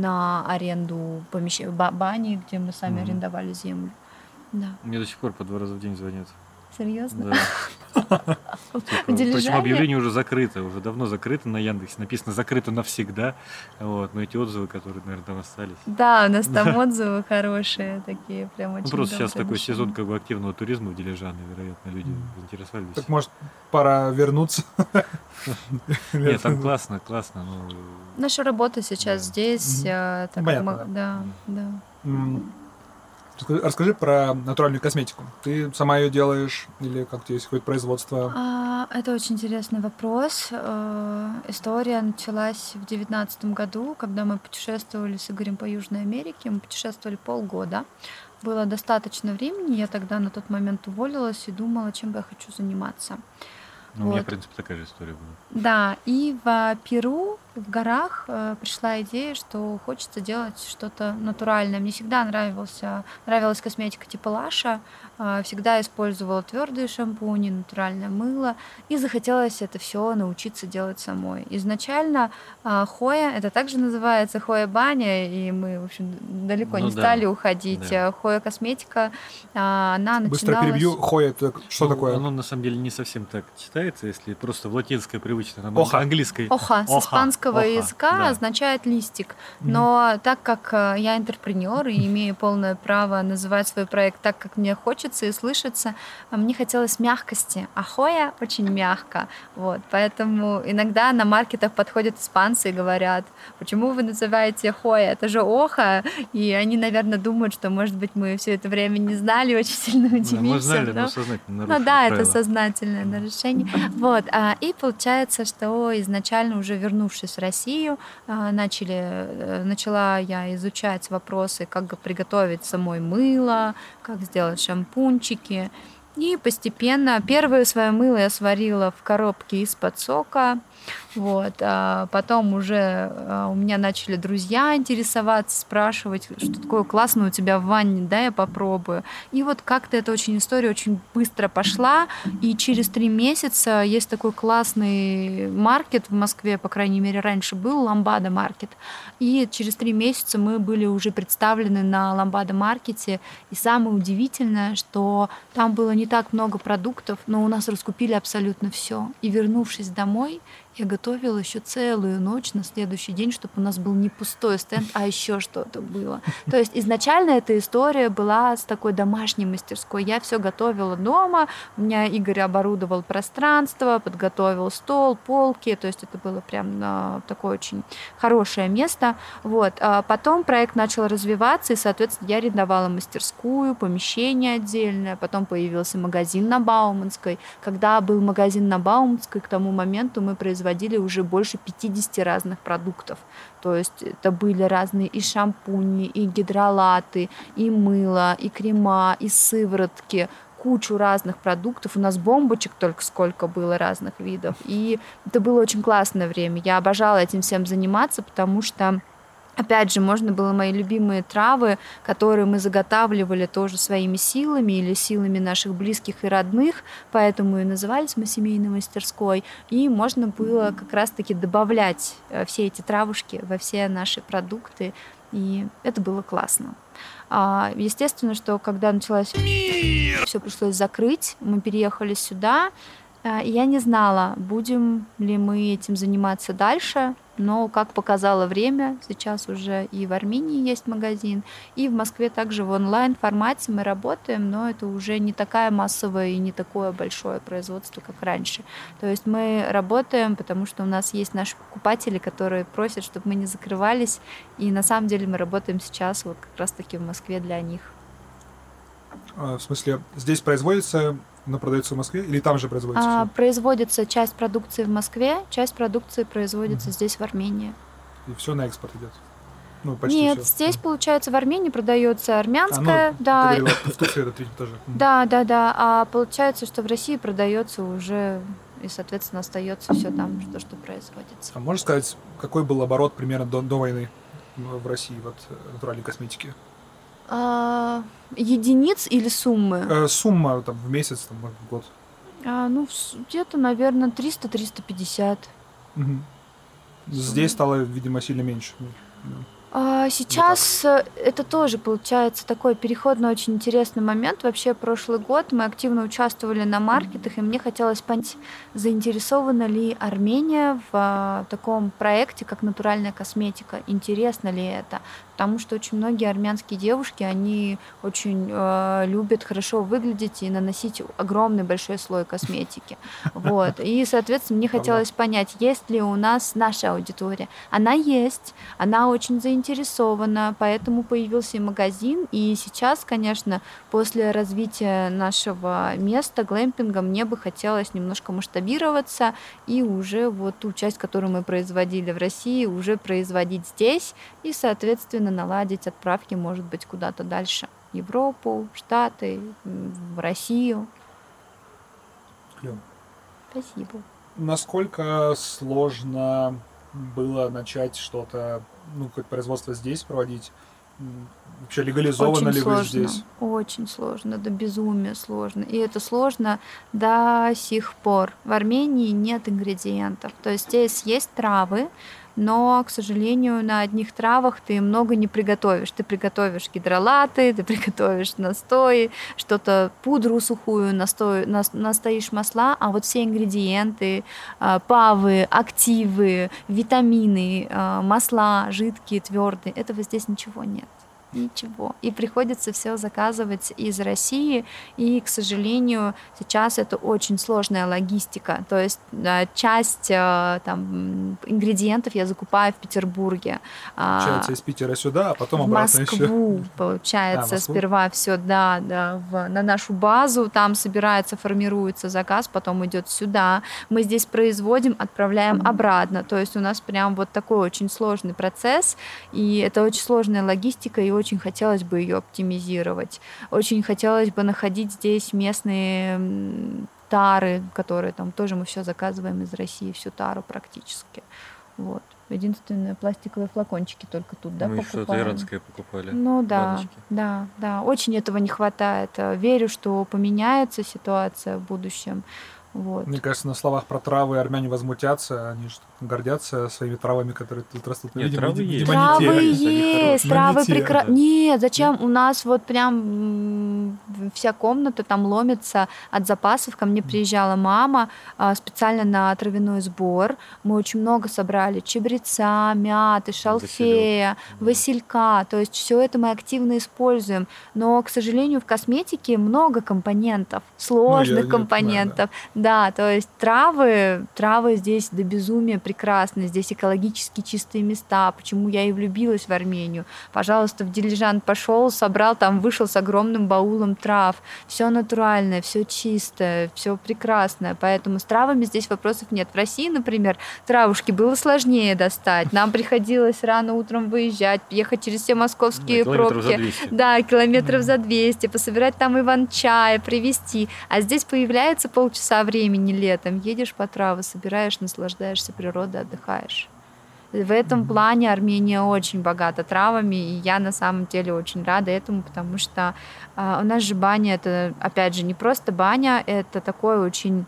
бани, где мы сами арендовали землю. Да. Мне до сих пор по 2 раза в день звонят. Серьезно? Да. Причем объявление уже закрыто, уже давно закрыто на Яндексе. Написано «закрыто навсегда». Вот. Но эти отзывы, которые, наверное, там остались. Да, у нас там отзывы хорошие, такие прям очень просто сейчас такой сезон как бы активного туризма в Дилижане, вероятно, люди заинтересовались. Так может пора вернуться? Нет, там классно. Наша работа сейчас здесь. Понятно. Да. Расскажи про натуральную косметику. Ты сама ее делаешь или как у тебя есть какое-то производство? Это очень интересный вопрос. История началась в 2019 году, когда мы путешествовали с Игорем по Южной Америке. Мы путешествовали полгода. Было достаточно времени. Я тогда на тот момент уволилась и думала, чем бы я хочу заниматься. У меня, в принципе, такая же история была. Да, и в Перу в горах пришла идея, что хочется делать что-то натуральное. Мне всегда нравилась косметика типа Лаша, всегда использовала твердые шампуни, натуральное мыло, и захотелось это все научиться делать самой. Изначально Хоя, это также называется Хоя баня, и мы, в общем, далеко Ну не да, стали уходить. да. Хоя косметика, она Быстро перебью. начиналась... Хоя, это что Ну, такое? оно на самом деле не совсем так читается, если просто в латинской привычной нам Оха. английской. Оха с Оха, испанского оха, языка да. означает листик. Мгм. Но так как я интерпренер и имею полное право называть свой проект так, как мне хочется и слышится, мне хотелось мягкости, а Хоя очень мягко. Вот. Поэтому иногда на маркетах подходят испанцы и говорят: почему вы называете Хоя? Это же Оха. И они, наверное, думают, что, может быть, мы все это время не знали, очень сильно Да, мы удивимся. знали, но- но сознательно Ну нарушили да, это правила. сознательное нарушение. Вот. И получается, что изначально, уже вернувшись в Россию, начала я изучать вопросы, как приготовить самой мыло, как сделать шампунчики. И постепенно первое свое мыло я сварила в коробке из-под сока. Вот. Потом уже у меня начали друзья интересоваться, спрашивать, что такое классное у тебя в ванне, да, я попробую. И вот как-то эта история очень быстро пошла, и через 3 месяца есть такой классный маркет в Москве, по крайней мере, раньше был Ламбада маркет, и через 3 месяца мы были уже представлены на Ламбада маркете, и самое удивительное, что там было не так много продуктов, но у нас раскупили абсолютно все. И вернувшись домой, я готовила еще целую ночь на следующий день, чтобы у нас был не пустой стенд, а еще что-то было. То есть изначально эта история была с такой домашней мастерской. Я все готовила дома, у меня Игорь оборудовал пространство, подготовил стол, полки, то есть это было прям такое очень хорошее место. Вот. А потом проект начал развиваться, и, соответственно, я арендовала мастерскую, помещение отдельное, потом появился магазин на Бауманской. Когда был магазин на Бауманской, к тому моменту мы производили уже больше 50 разных продуктов. То есть это были разные и шампуни, и гидролаты, и мыло, и крема, и сыворотки, кучу разных продуктов. У нас бомбочек только сколько было разных видов. И это было очень классное время. Я обожала этим всем заниматься, потому что, опять же, можно было мои любимые травы, которые мы заготавливали тоже своими силами или силами наших близких и родных, поэтому и назывались мы семейной мастерской, и можно было как раз-таки добавлять все эти травушки во все наши продукты, и это было классно. Естественно, что когда началась... Все пришлось закрыть, мы переехали сюда, и я не знала, будем ли мы этим заниматься дальше, но, как показало время, сейчас уже и в Армении есть магазин, и в Москве также в онлайн-формате мы работаем, но это уже не такая массовая и не такое большое производство, как раньше. То есть мы работаем, потому что у нас есть наши покупатели, которые просят, чтобы мы не закрывались, и на самом деле мы работаем сейчас вот как раз-таки в Москве для них. В смысле, здесь производится, но продается в Москве, или там же производится всё? Производится часть продукции в Москве, часть продукции производится здесь, в Армении. И все на экспорт идет? Ну, почти Нет, всё. здесь, получается, в Армении продается армянская, Ты да, говорила, в Турции это третий тоже. да, а получается, что в России продается уже, и, соответственно, остается все там, что производится. А можешь сказать, какой был оборот примерно до войны в России вот натуральной косметики? Единиц или суммы? Сумма там в месяц, там, может, в год. Где-то, наверное, 300-350. Мгм. Здесь стало, видимо, сильно меньше. Ну, Сейчас это тоже получается такой переходный, очень интересный момент. Вообще, прошлый год мы активно участвовали на маркетах, и мне хотелось понять, заинтересована ли Армения в таком проекте, как натуральная косметика, интересно ли это. Потому что очень многие армянские девушки, они очень любят хорошо выглядеть и наносить огромный большой слой косметики. Вот. И, соответственно, мне хотелось понять, есть ли у нас наша аудитория. Она есть, она очень заинтересована, поэтому появился и магазин. И сейчас, конечно, после развития нашего места глэмпинга, мне бы хотелось немножко масштабироваться и уже вот ту часть, которую мы производили в России, уже производить здесь и, соответственно, наладить отправки, может быть, куда-то дальше. В Европу, в Штаты, в Россию. Клёво. Спасибо. Насколько сложно было начать что-то, какое-то производство здесь проводить? Вообще легализовано ли вы здесь? Очень сложно, до безумия сложно. И это сложно до сих пор. В Армении нет ингредиентов. То есть здесь есть травы, но, к сожалению, на одних травах ты много не приготовишь. Ты приготовишь гидролаты, ты приготовишь настои, что-то, пудру сухую, настоишь масла, а вот все ингредиенты, павы, активы, витамины, масла, жидкие, твердые, этого здесь ничего нет. Ничего. И приходится все заказывать из России, и, к сожалению, сейчас это очень сложная логистика. То есть часть ингредиентов я закупаю в Петербурге. Получается, из Питера сюда, а потом в обратно Москву, еще. получается, сперва все, на нашу базу, там собирается, формируется заказ, потом идет сюда. Мы здесь производим, отправляем обратно. То есть у нас прям вот такой очень сложный процесс, и это очень сложная логистика, и очень хотелось бы ее оптимизировать. Очень хотелось бы находить здесь местные тары, которые там тоже мы все заказываем из России, всю тару практически. Вот. Единственное, пластиковые флакончики только тут, Мы покупаем. что-то иранское покупали. Ну да, баночки. да. Очень этого не хватает. Верю, что поменяется ситуация в будущем. Вот. Мне кажется, на словах про травы армяне возмутятся, они же гордятся своими травами, которые тут растут. Нет, травы есть. Травы есть, травы прекрасные. Нет, зачем? У нас вот прям вся комната там ломится от запасов. Ко мне приезжала мама специально на травяной сбор. Мы очень много собрали чабреца, мяты, шалфея, василька. То есть все это мы активно используем. Но, к сожалению, в косметике много компонентов, сложных компонентов. Да, то есть травы здесь до безумия прекрасны, здесь экологически чистые места, почему я и влюбилась в Армению. Пожалуйста, в Дилижан пошел, собрал, там вышел с огромным баулом трав, все натуральное, все чистое, все прекрасное, поэтому с травами здесь вопросов нет. В России, например, травушки было сложнее достать, нам приходилось рано утром выезжать, ехать через все московские пробки. Да, километров за 200, пособирать там иван-чай, привезти, а здесь появляется полчаса времени летом, едешь по травы, собираешь, наслаждаешься природой, отдыхаешь. В этом плане Армения очень богата травами, и я на самом деле очень рада этому, потому что у нас же баня, это, опять же, не просто баня, это такой очень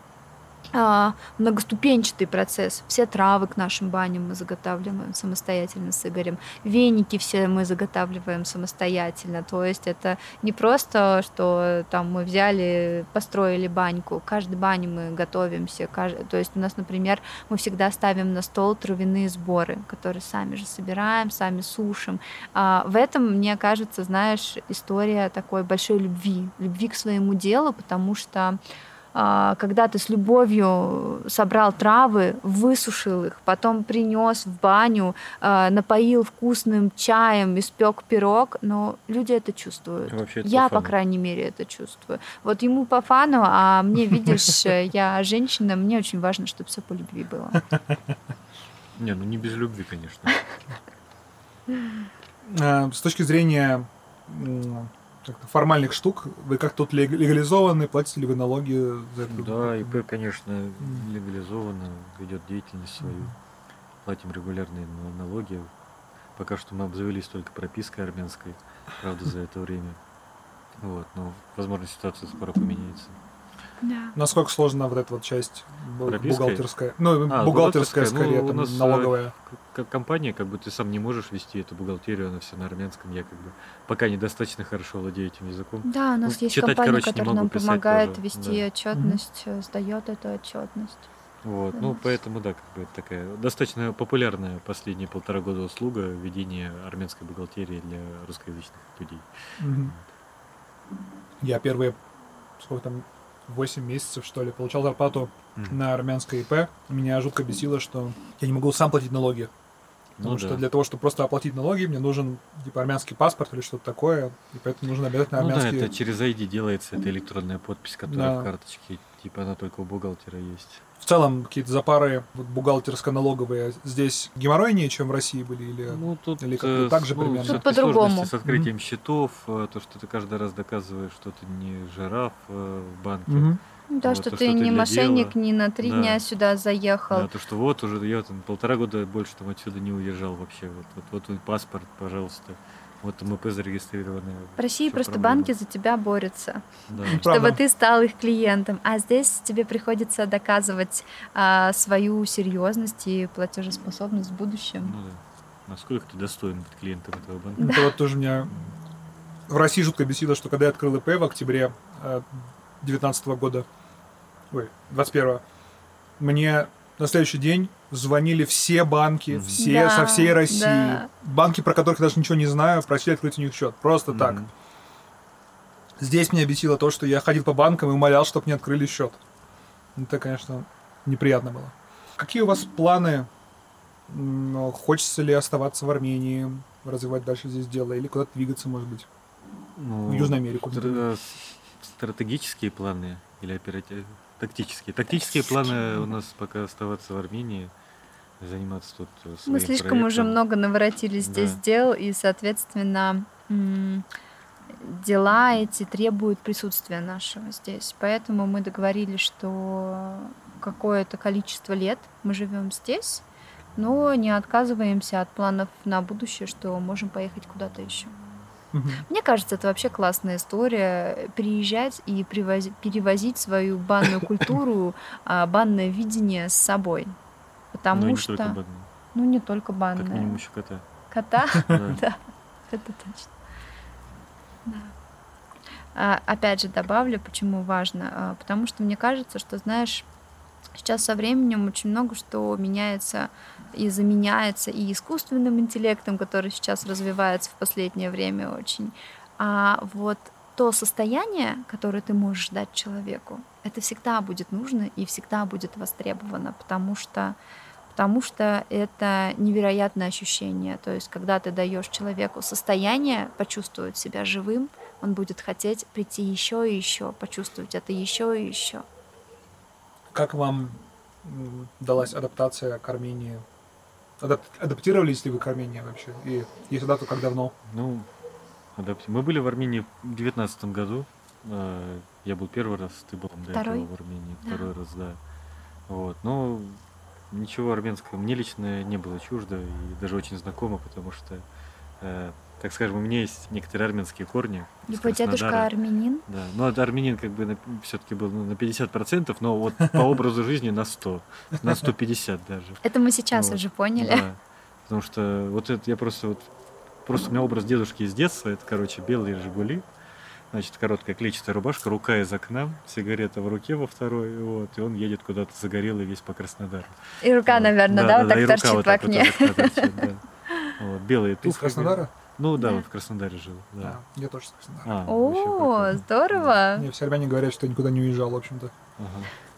многоступенчатый процесс. Все травы к нашим баням мы заготавливаем самостоятельно с Игорем. Веники все мы заготавливаем самостоятельно. То есть это не просто, что там мы взяли, построили баньку. Каждой бане мы готовимся. То есть у нас, например, мы всегда ставим на стол травяные сборы, которые сами же собираем, сами сушим. В этом, мне кажется, знаешь, история такой большой любви к своему делу, потому что когда ты с любовью собрал травы, высушил их, потом принес в баню, напоил вкусным чаем, испек пирог, но люди это чувствуют. Я, по крайней мере, это чувствую. Вот ему по фану, а мне, видишь, я женщина, мне очень важно, чтобы все по любви было. Не, ну не без любви, конечно. С точки зрения формальных штук, вы как тут легализованы, платите ли вы налоги за это? Да, ИП, конечно, легализовано, ведет деятельность свою, платим регулярные налоги. Пока что мы обзавелись только пропиской армянской, правда, за это время. Вот, но, возможно, ситуация скоро поменяется. Да. Насколько сложна вот эта вот часть бухгалтерская? Ну, бухгалтерская скорее, там, налоговая. Компания, как бы ты сам не можешь вести эту бухгалтерию, она вся на армянском, я как бы пока недостаточно хорошо владею этим языком. Да, у нас есть читать, компания, которая нам помогает тоже, вести отчетность, сдает эту отчетность. Вот, ну поэтому да, как бы это такая достаточно популярная последние 1,5 года услуга ведения армянской бухгалтерии для русскоязычных людей. Я первые, сколько там, 8 месяцев, что ли, получал зарплату на армянской ИП. Меня жутко бесило, что я не могу сам платить налоги. Потому что для того, чтобы просто оплатить налоги, мне нужен типа армянский паспорт или что-то такое, и поэтому нужно обязательно армянский... Ну да, это через ID делается, это электронная подпись, которая в карточке, типа она только у бухгалтера есть. В целом, какие-то запары бухгалтерско-налоговые здесь геморройнее, чем в России были? Или, тут, или как-то так же примерно? Тут по-другому. С открытием счетов, то, что ты каждый раз доказываешь, что ты не жираф в банке. То, Вот, что то, ты что ты не для мошенник, дела. не на 3 Да. дня сюда заехал. Да, то, что вот уже я там 1,5 года больше там отсюда не уезжал вообще. Вот твой паспорт, пожалуйста. Вот МП зарегистрированный. В России Всё просто проблема. банки за тебя борются, Да. чтобы Правда. ты стал их клиентом. А здесь тебе приходится доказывать свою серьезность и платежеспособность в будущем. Ну да. Насколько ты достоин быть клиентом этого банка? Это вот тоже меня в России жутко бесило, что когда я открыл ИП в октябре 2019 года, 21-го, мне на следующий день звонили все банки, все, Да, со всей России. да. Банки, про которых я даже ничего не знаю, просили открыть у них счет. Просто так. Мгм. Здесь меня бесило то, что я ходил по банкам и умолял, чтобы мне открыли счет. Это, конечно, неприятно было. Какие у вас планы? Хочется ли оставаться в Армении, развивать дальше здесь дело, или куда-то двигаться, может быть, Ну, в Южную Америку? например? Стратегические планы или тактические? Тактические планы у нас пока оставаться в Армении, заниматься тут своим Мы слишком уже проектом. много наворотили здесь Да. дел, и, соответственно, дела эти требуют присутствия нашего здесь. Поэтому мы договорились, что какое-то количество лет мы живем здесь, но не отказываемся от планов на будущее, что можем поехать куда-то еще. Мгм. Мне кажется, это вообще классная история. Приезжать и перевозить свою банную культуру, банное видение с собой. Ну, Потому и не что... только банные. Ну, не только Как банное. минимум еще кота. Кота? Да. Да, это точно. Да. Опять же, добавлю, почему важно. Потому что мне кажется, что, знаешь, сейчас со временем очень много что меняется и заменяется и искусственным интеллектом, который сейчас развивается в последнее время очень. А вот то состояние, которое ты можешь дать человеку, это всегда будет нужно и всегда будет востребовано, потому что это невероятное ощущение. То есть, когда ты даешь человеку состояние почувствовать себя живым, он будет хотеть прийти еще и еще, почувствовать это еще и еще. Как вам далась адаптация к Армении? Адаптировались ли вы к Армении вообще? И если да, то как давно? Ну, мы были в Армении в 2019 году. Я был первый раз, ты был до Второй? этого в Армении. Да. Второй раз, да. Вот. Но ничего армянского мне лично не было чуждо и даже очень знакомо, потому что, так скажем, у меня есть некоторые армянские корни. из Его дедушка Краснодара. армянин. Да, но армянин как бы все-таки был на 50%, но вот по образу жизни на 100, на 150 даже. Это мы сейчас Вот. уже поняли. Да, потому что вот это я просто у меня образ дедушки из детства, это, короче, белые «Жигули», значит, короткая клетчатая рубашка, рука из окна, сигарета в руке во второй, вот, и он едет куда-то загорелый весь по Краснодару. И рука, Вот. наверное, да, вот и так рука торчит вот в так вот окне. из окна торчит, да. Вот, белые Ты из туфли. Краснодара? Ну да, Да. он в Краснодаре жил, да. Я тоже из Краснодара. Вообще О, прикольно. здорово! Мне все армяне говорят, что я никуда не уезжал, в общем-то. Ага.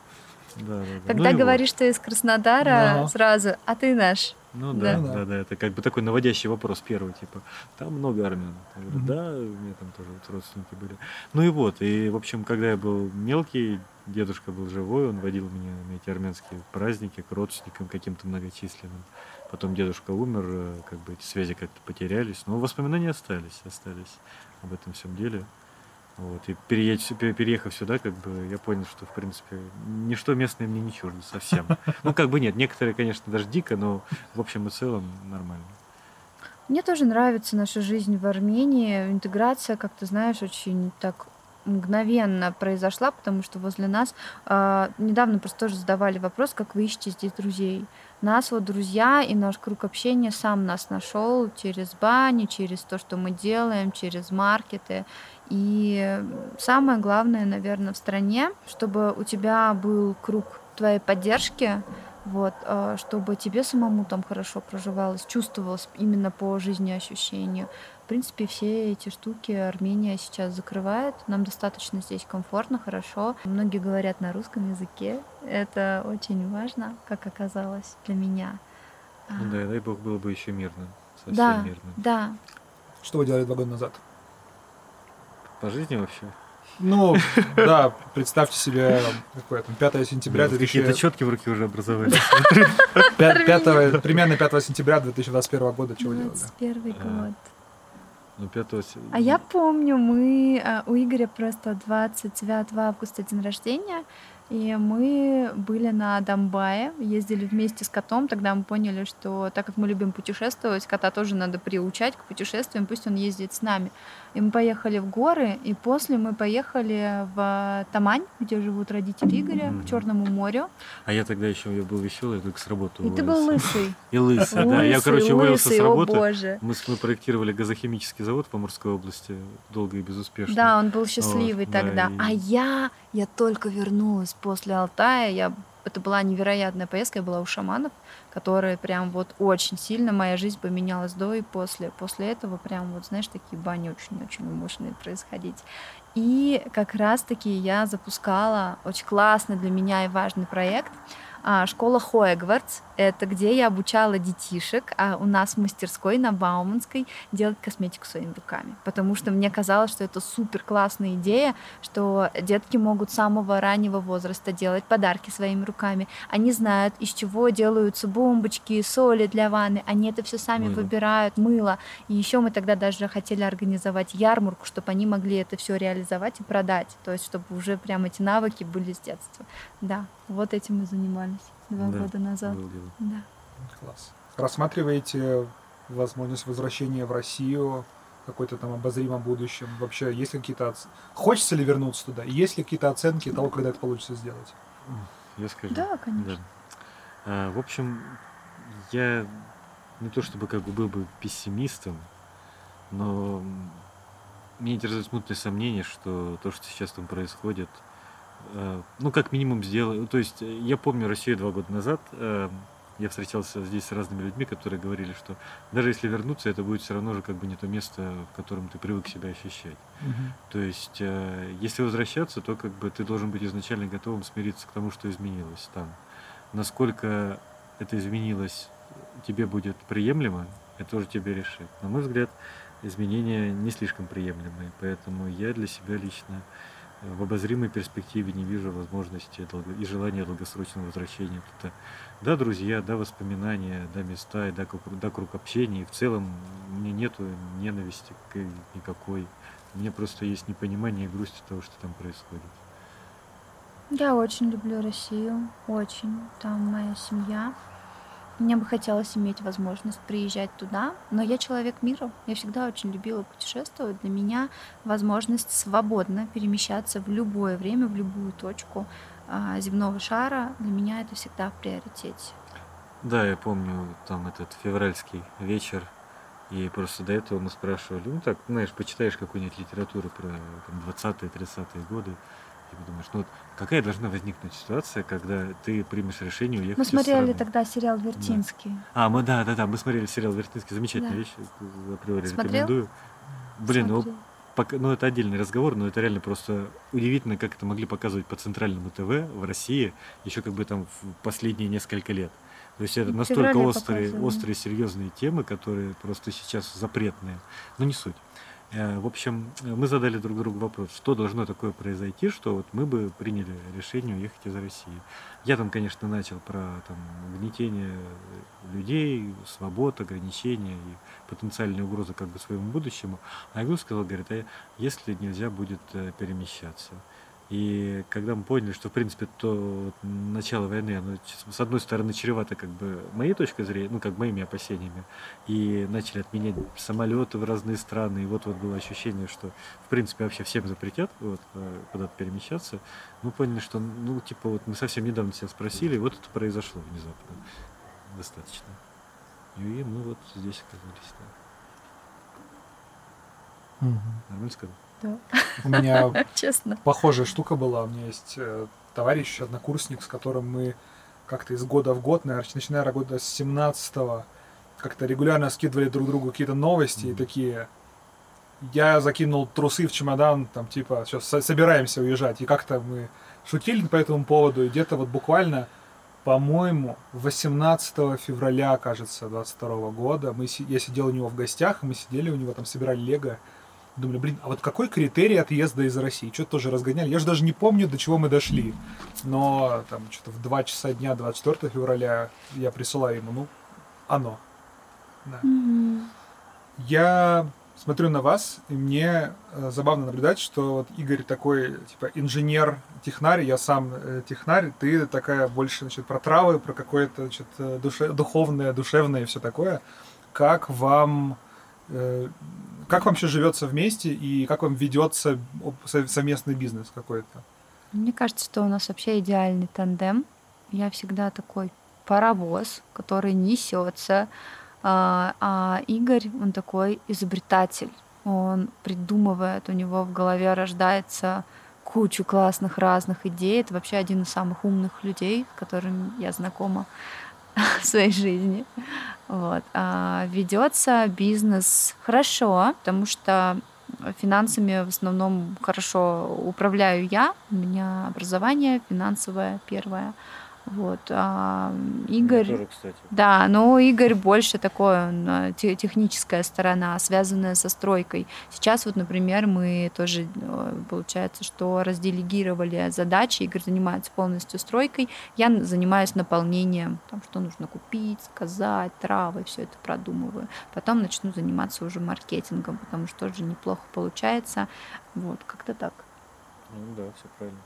Да. Когда Ну и говоришь, что из Краснодара, Ага. сразу, а ты наш. Ну Да. да, это как бы такой наводящий вопрос первый, типа, там много армян. Я говорю, Мгм. да, у меня там тоже вот родственники были. Ну и вот, и в общем, когда я был мелкий, дедушка был живой, он водил меня на эти армянские праздники к родственникам каким-то многочисленным. Потом дедушка умер, как бы эти связи как-то потерялись, но воспоминания остались об этом всем деле. Вот. И переехав сюда, как бы я понял, что, в принципе, ничто местное мне не чуждо совсем. Ну, как бы нет, некоторые, конечно, даже дико, но в общем и целом нормально. Мне тоже нравится наша жизнь в Армении. Интеграция, как ты знаешь, очень так мгновенно произошла, потому что возле нас недавно просто тоже задавали вопрос, как вы ищете здесь друзей. Нас вот друзья и наш круг общения сам нас нашел через бани, через то, что мы делаем, через маркеты. И самое главное, наверное, в стране, чтобы у тебя был круг твоей поддержки, вот, чтобы тебе самому там хорошо проживалось, чувствовалось именно по жизнеощущению. В принципе, все эти штуки Армения сейчас закрывает. Нам достаточно здесь комфортно, хорошо. Многие говорят на русском языке. Это очень важно, как оказалось для меня. Ну да, дай бог было бы еще мирно, совсем Да, мирно. да. Что вы делали 2 года назад? По жизни вообще? Ну, да, представьте себе, какое там, 5 сентября Да, какие-то 2000... четки в руке уже образовались. примерно 5 сентября 2021 года, чего вы делали? 21 год. Ну, 5 А я помню, у Игоря просто 29 августа день рождения, и мы были на Домбае, ездили вместе с котом. Тогда мы поняли, что так как мы любим путешествовать, кота тоже надо приучать к путешествиям, пусть он ездит с нами. И мы поехали в горы, и после мы поехали в Тамань, где живут родители Игоря, к Черному морю. А я тогда еще был веселый, я только с работы И ты был уволился. лысый. И лысый, да. Я, короче, уволился с Лысый, о работы. боже. Мы проектировали газохимический завод в Поморской области долго и безуспешно. Да, он был счастливый Вот, тогда. да, А я только вернулась после Алтая. Это была невероятная поездка, я была у шаманов, которые прям вот очень сильно, моя жизнь поменялась до и после. После этого прям вот, знаешь, такие бани очень-очень мощные происходить. И как раз-таки я запускала очень классный для меня и важный проект школа Хойгвартс. Это где я обучала детишек, у нас в мастерской на Бауманской делать косметику своими руками. Потому что мне казалось, что это супер классная идея, что детки могут с самого раннего возраста делать подарки своими руками. Они знают, из чего делаются бомбочки, соли для ванны. Они это все сами выбирают, мыло. И еще мы тогда даже хотели организовать ярмарку, чтобы они могли это все реализовать и продать. То есть, чтобы уже прям эти навыки были с детства. Да, вот этим мы занимались 2 года назад. Да. Класс. Рассматриваете возможность возвращения в Россию в какой-то там обозримом будущем? Вообще, есть ли какие-то... Хочется ли вернуться туда? И есть ли какие-то оценки того, когда это получится сделать? Я скажу. Да, конечно. Да. В общем, я не то чтобы как бы был бы пессимистом, но меня терзают смутные сомнения, что то, что сейчас там происходит, ну, как минимум сделаю. То есть я помню Россию 2 года назад. Я встречался здесь с разными людьми, которые говорили, что даже если вернуться, это будет все равно же как бы не то место, в котором ты привык себя ощущать. То есть, если возвращаться, то как бы ты должен быть изначально готовым смириться к тому, что изменилось там. Насколько это изменилось, тебе будет приемлемо, это уже тебе решить. На мой взгляд, изменения не слишком приемлемые, поэтому я для себя лично в обозримой перспективе не вижу возможности и желания долгосрочного возвращения туда. Да, друзья, да, воспоминания, да, места, да, круг общения. И в целом мне нету ненависти никакой. Мне просто есть непонимание и грусть от того, что там происходит. Я очень люблю Россию, очень. Там моя семья. Мне бы хотелось иметь возможность приезжать туда, но я человек мира. Я всегда очень любила путешествовать. Для меня возможность свободно перемещаться в любое время, в любую точку земного шара, для меня это всегда в приоритете. Да, я помню там этот февральский вечер, и просто до этого мы спрашивали, ну так, знаешь, почитаешь какую-нибудь литературу про 20-е, 30-е годы, и подумаешь, ну вот какая должна возникнуть ситуация, когда ты примешь решение уехать Мы из страны? смотрели тогда сериал «Вертинский». Да. Мы смотрели сериал «Вертинский», замечательная вещь, априори рекомендую. Блин, ну это отдельный разговор, но это реально просто удивительно, как это могли показывать по центральному ТВ в России еще как бы там в последние несколько лет. То есть это настолько острые, серьезные темы, которые просто сейчас запретные, но не суть. В общем, мы задали друг другу вопрос, что должно такое произойти, что вот мы бы приняли решение уехать из России. Я там, конечно, начал про там, угнетение людей, свобод, ограничения и потенциальные угрозы как бы своему будущему. А Айгул сказал, говорит, а если нельзя будет перемещаться? И когда мы поняли, что, в принципе, то начало войны, оно, с одной стороны, чревато как бы моей точкой зрения, ну, как моими опасениями, и начали отменять самолеты в разные страны, и вот было ощущение, что, в принципе, вообще всем запретят куда-то перемещаться, мы поняли, что, ну, типа, вот мы совсем недавно себя спросили, и вот это произошло внезапно достаточно. И мы вот здесь оказались, да. Нормально сказал? Да. У меня Честно. Похожая штука была. У меня есть товарищ, однокурсник, с которым мы как-то из года в год, наверное, начиная года с 17-го, как-то регулярно скидывали друг другу какие-то новости и такие... Я закинул трусы в чемодан, там типа, сейчас собираемся уезжать. И как-то мы шутили по этому поводу. И где-то вот буквально, по-моему, 18 февраля, кажется, 22 года, я сидел у него в гостях, и мы сидели у него, там собирали лего. Думали, блин, а вот какой критерий отъезда из России? Что-то тоже разгоняли. Я же даже не помню, до чего мы дошли. Но там что-то в 2 часа дня, 24 февраля, я присылаю ему, оно. Да. Я смотрю на вас, и мне забавно наблюдать, что вот Игорь такой, типа, инженер-технарь, я сам технарь, ты такая больше, значит, про травы, про какое-то, значит, духовное, душевное и все такое. Как вам вообще живется вместе и как вам ведется совместный бизнес какой-то? Мне кажется, что у нас вообще идеальный тандем. Я всегда такой паровоз, который несется, а Игорь, он такой изобретатель. Он придумывает, у него в голове рождается кучу классных разных идей. Это вообще один из самых умных людей, с которыми я знакома в своей жизни. Вот. Ведется бизнес хорошо, потому что финансами в основном хорошо управляю я. У меня образование финансовое первое. Вот. Игорь... тоже, кстати. Да, но Игорь больше такое, техническая сторона, связанная со стройкой. Сейчас вот, например, мы тоже, получается, что разделегировали задачи. Игорь занимается полностью стройкой, я занимаюсь наполнением, там, что нужно купить, заказать, травы, все это продумываю. Потом начну заниматься уже маркетингом, потому что тоже неплохо получается. Вот, как-то так. Ну да, все правильно.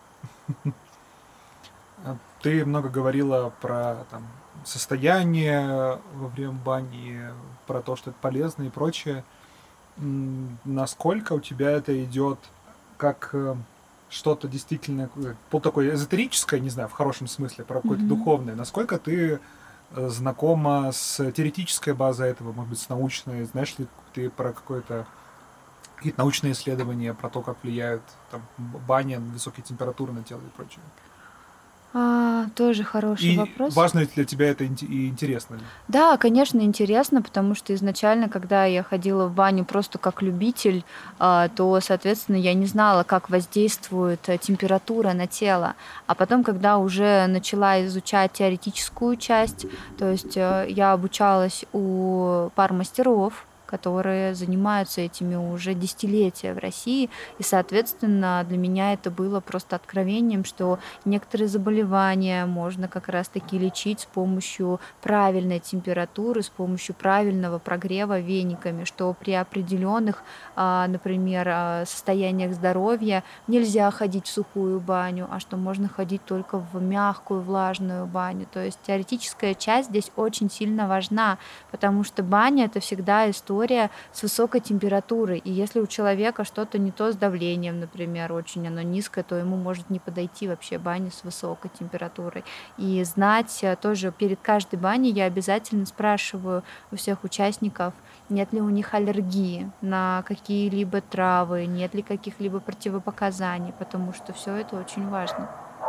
Ты много говорила про там, состояние во время бани, про то, что это полезно и прочее. Насколько у тебя это идет как что-то действительно такое эзотерическое, не знаю, в хорошем смысле, про какое-то духовное? Насколько ты знакома с теоретической базой этого, может быть, с научной? Знаешь ли ты про какие-то научные исследования, про то, как влияют там, баня, высокие температуры на тело и прочее? Тоже хороший вопрос. Важно ли для тебя это и интересно ли? Да, конечно, интересно, потому что изначально, когда я ходила в баню просто как любитель, то, соответственно, я не знала, как воздействует температура на тело. А потом, когда уже начала изучать теоретическую часть, то есть я обучалась у пар мастеров, которые занимаются этими уже десятилетия в России. И, соответственно, для меня это было просто откровением, что некоторые заболевания можно как раз-таки лечить с помощью правильной температуры, с помощью правильного прогрева вениками, что при определенных, например, состояниях здоровья нельзя ходить в сухую баню, а что можно ходить только в мягкую, влажную баню. То есть теоретическая часть здесь очень сильно важна, потому что баня — это всегда история с высокой температурой. И если у человека что-то не то с давлением, например, очень оно низкое, то ему может не подойти вообще баня с высокой температурой. И знать тоже перед каждой баней я обязательно спрашиваю у всех участников, нет ли у них аллергии на какие-либо травы, нет ли каких-либо противопоказаний, потому что все это очень важно.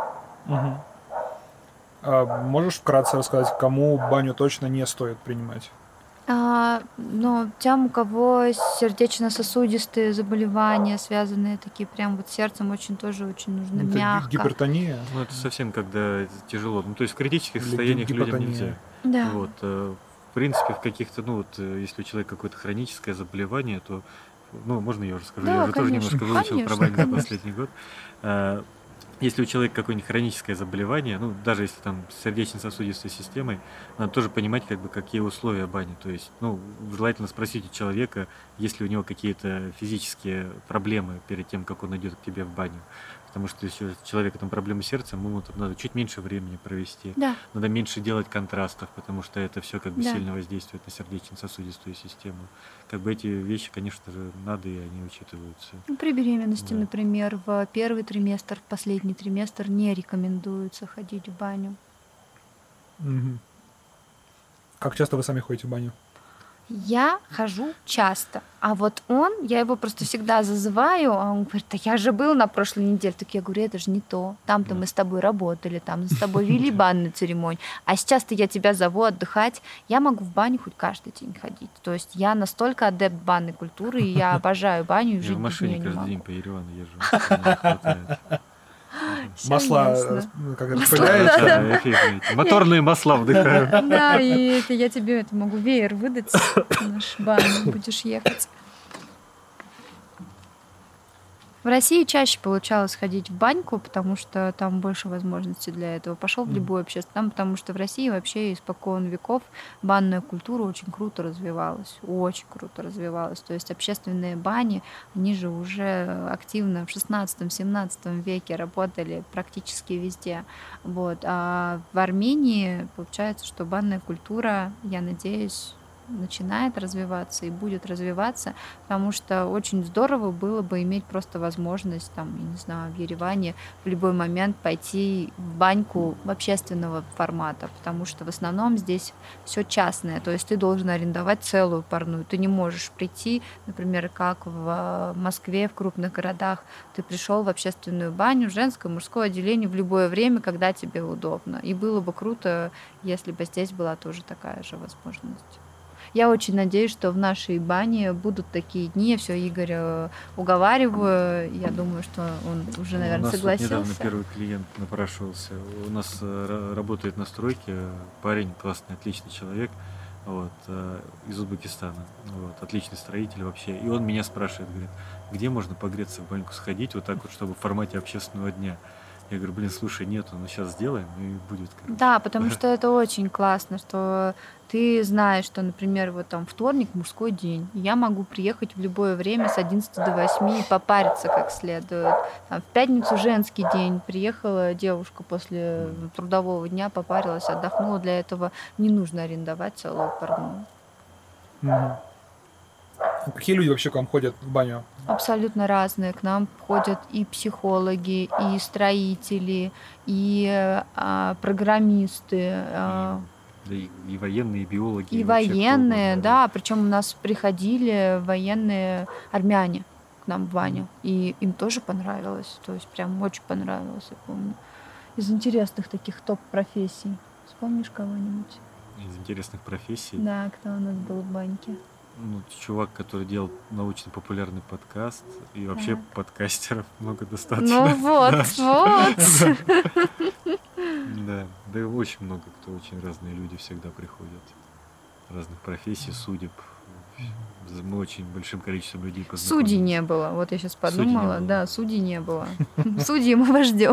Можешь вкратце рассказать, кому баню точно не стоит принимать? Но тем, у кого сердечно-сосудистые заболевания, связанные такие прям вот с сердцем, очень тоже очень нужно это мягко. Гипертония? Ну, это совсем когда тяжело. Ну, то есть в критических состояниях людям нельзя. Да. Вот. В принципе, в каких-то, ну, вот, если у человека какое-то хроническое заболевание, то, ну, можно я уже скажу, Да, я уже тоже конечно, немножко выучил про баню за конечно. последний год. Если у человека какое-нибудь хроническое заболевание, ну, даже если там с сердечно-сосудистой системой, надо тоже понимать, как бы, какие условия бани. То есть, ну, желательно спросить у человека, есть ли у него какие-то физические проблемы перед тем, как он идет к тебе в баню. Потому что если у человека там проблемы с сердцем, ему там надо чуть меньше времени провести. Да. Надо меньше делать контрастов, потому что это все как бы Да. сильно воздействует на сердечно-сосудистую систему. Как бы эти вещи, конечно же, надо, и они учитываются. Ну, при беременности, Да. например, в первый триместр, в последний триместр не рекомендуется ходить в баню. Как часто вы сами ходите в баню? Я хожу часто, а вот я его просто всегда зазываю, а он говорит, да я же был на прошлой неделе. Так я говорю, это же не то. Там-то мы с тобой работали, там с тобой вели банную церемонию. А сейчас-то я тебя зову отдыхать. Я могу в баню хоть каждый день ходить. То есть я настолько адепт банной культуры, и я обожаю баню, и Я жить в без машине нее не каждый могу. день по Еревану езжу. Мне хватает. Всё Масла, ясно. как Масла, распыляются? Да, эффектные. Моторные масла вдыхаю. Да, и это я тебе могу веер выдать в наш баню, будешь ехать. В России чаще получалось ходить в баньку, потому что там больше возможностей для этого. Пошел в любую общество, там, потому что в России вообще испокон веков банная культура очень круто развивалась, очень круто развивалась. То есть общественные бани, они же уже активно в 16-17 веке работали практически везде. Вот. А в Армении получается, что банная культура, я надеюсь, начинает развиваться и будет развиваться, потому что очень здорово было бы иметь просто возможность, там, я не знаю, в Ереване в любой момент пойти в баньку общественного формата, потому что в основном здесь все частное, то есть ты должен арендовать целую парную, ты не можешь прийти, например, как в Москве, в крупных городах, ты пришел в общественную баню, женское, мужское отделение в любое время, когда тебе удобно, и было бы круто, если бы здесь была тоже такая же возможность. Я очень надеюсь, что в нашей бане будут такие дни. Я все Игоря уговариваю. Я думаю, что он уже, наверное, согласился. У нас вот недавно первый клиент напрашивался. У нас работает на стройке парень, классный, отличный человек, вот, из Узбекистана. Вот, отличный строитель вообще. И он меня спрашивает, говорит, где можно погреться в баньку сходить, вот так вот, чтобы в формате общественного дня. Я говорю, блин, слушай, нету, но сейчас сделаем, и будет, короче. Да, потому что это очень классно, что ты знаешь, что, например, вот там вторник мужской день, и я могу приехать в любое время с 11 до 8 и попариться как следует. Там, в пятницу женский день, приехала девушка после трудового дня, попарилась, отдохнула, для этого не нужно арендовать целую парную. Какие люди вообще к вам ходят в баню? Абсолютно разные. К нам ходят и психологи, и строители, и программисты. И военные, и биологи. И военные, да. Причем у нас приходили военные армяне к нам в баню. И им тоже понравилось. То есть прям очень понравилось, я помню. Из интересных таких топ-профессий. Вспомнишь кого-нибудь? Из интересных профессий? Да, кто у нас был в баньке? Ну, чувак, который делал научно-популярный подкаст, и вообще Так. подкастеров много достаточно. Ну вот. Да, да и очень много кто, очень разные люди всегда приходят. Разных профессий, судеб. Мы очень большим количеством людей познакомились. Судей не было. Вот я сейчас подумала. Да, судей не было. Судьи мы вас ждем.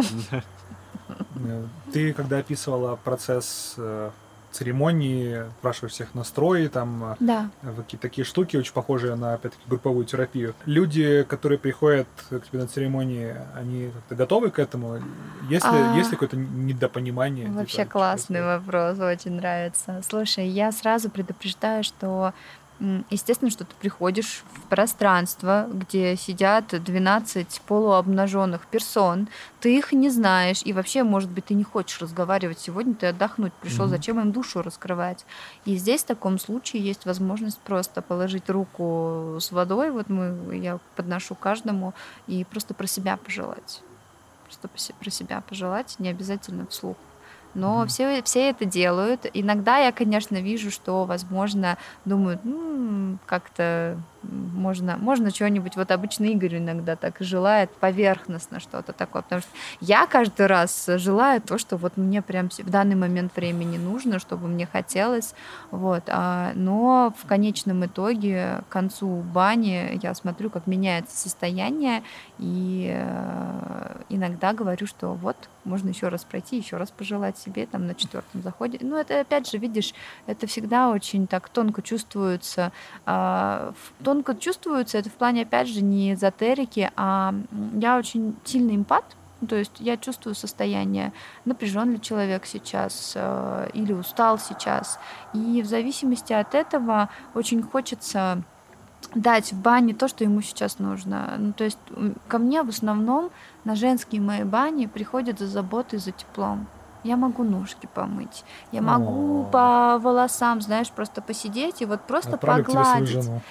Ты, когда описывала процесс церемонии, спрашиваешь всех настрои, там Да. какие-то такие штуки, очень похожие на, опять-таки, групповую терапию. Люди, которые приходят к тебе на церемонии, они как-то готовы к этому? Есть ли какое-то недопонимание? Вообще типа, классный вопрос, очень нравится. Слушай, я сразу предупреждаю, что естественно, что ты приходишь в пространство, где сидят 12 полуобнаженных персон, ты их не знаешь, и вообще, может быть, ты не хочешь разговаривать сегодня, ты отдохнуть пришел, зачем им душу раскрывать? И здесь в таком случае есть возможность просто положить руку с водой, вот я подношу каждому, и просто про себя пожелать. Просто про себя пожелать, не обязательно вслух. Но все это делают. Иногда я, конечно, вижу, что, возможно, думают, как-то можно что-нибудь. Вот обычно Игорь иногда так и желает поверхностно что-то такое. Потому что я каждый раз желаю то, что вот мне прям в данный момент времени нужно, чтобы мне хотелось. Вот. Но в конечном итоге, к концу бани, я смотрю, как меняется состояние. И иногда говорю, что вот, можно еще раз пройти, еще раз пожелать себе там на 4-м заходе. Ну, это опять же, видишь, это всегда очень так тонко чувствуется. Тонко чувствуется это в плане, опять же, не эзотерики, а я очень сильный эмпат. То есть я чувствую состояние, напряжен ли человек сейчас или устал сейчас. И в зависимости от этого очень хочется дать в бане то, что ему сейчас нужно. Ну, то есть ко мне в основном на женские мои бани приходят за заботой, за теплом. Я могу ножки помыть, я могу по волосам, знаешь, просто посидеть и вот просто Отправлю погладить. К тебе свою жену.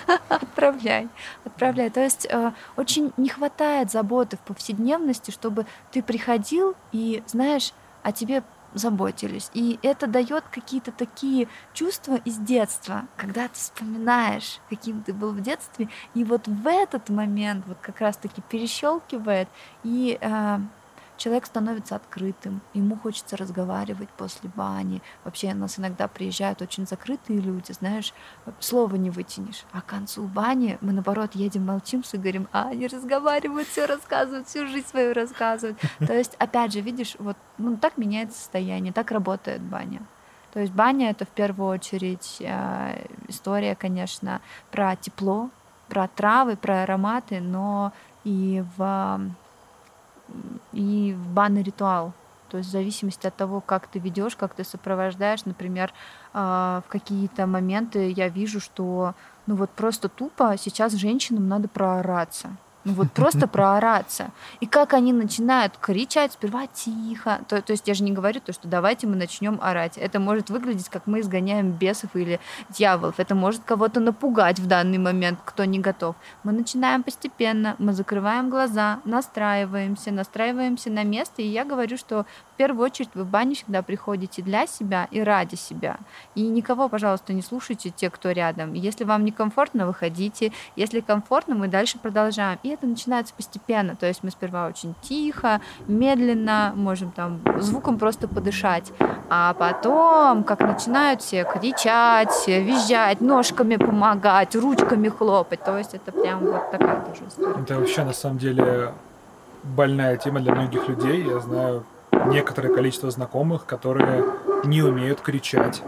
Отправляй. То есть очень не хватает заботы в повседневности, чтобы ты приходил и, знаешь, о тебе заботились. И это дает какие-то такие чувства из детства, когда ты вспоминаешь, каким ты был в детстве, и вот в этот момент вот как раз-таки перещелкивает, и человек становится открытым, ему хочется разговаривать после бани. Вообще у нас иногда приезжают очень закрытые люди, знаешь, слова не вытянешь. А к концу бани мы, наоборот, едем, молчим с Игорем, а они разговаривают, все рассказывают, всю жизнь свою рассказывают. То есть, опять же, видишь, вот так меняется состояние, так работает баня. То есть баня — это в первую очередь история, конечно, про тепло, про травы, про ароматы, но и в банный ритуал. То есть в зависимости от того, как ты ведешь, как ты сопровождаешь, например, в какие-то моменты я вижу, что просто тупо сейчас женщинам надо проораться. Просто проораться. И как они начинают кричать, сперва тихо. То есть я же не говорю то, что давайте мы начнем орать. Это может выглядеть, как мы изгоняем бесов или дьяволов. Это может кого-то напугать в данный момент, кто не готов. Мы начинаем постепенно, мы закрываем глаза, настраиваемся на место. И я говорю, что в первую очередь вы в баню всегда приходите для себя и ради себя. И никого, пожалуйста, не слушайте, те, кто рядом. Если вам некомфортно, выходите. Если комфортно, мы дальше продолжаем. И это начинается постепенно. То есть мы сперва очень тихо, медленно, можем там звуком просто подышать. А потом, как начинают все кричать, визжать, ножками помогать, ручками хлопать. То есть это прям вот такая тоже история. Это вообще, на самом деле, больная тема для многих людей. Я знаю некоторое количество знакомых, которые не умеют кричать.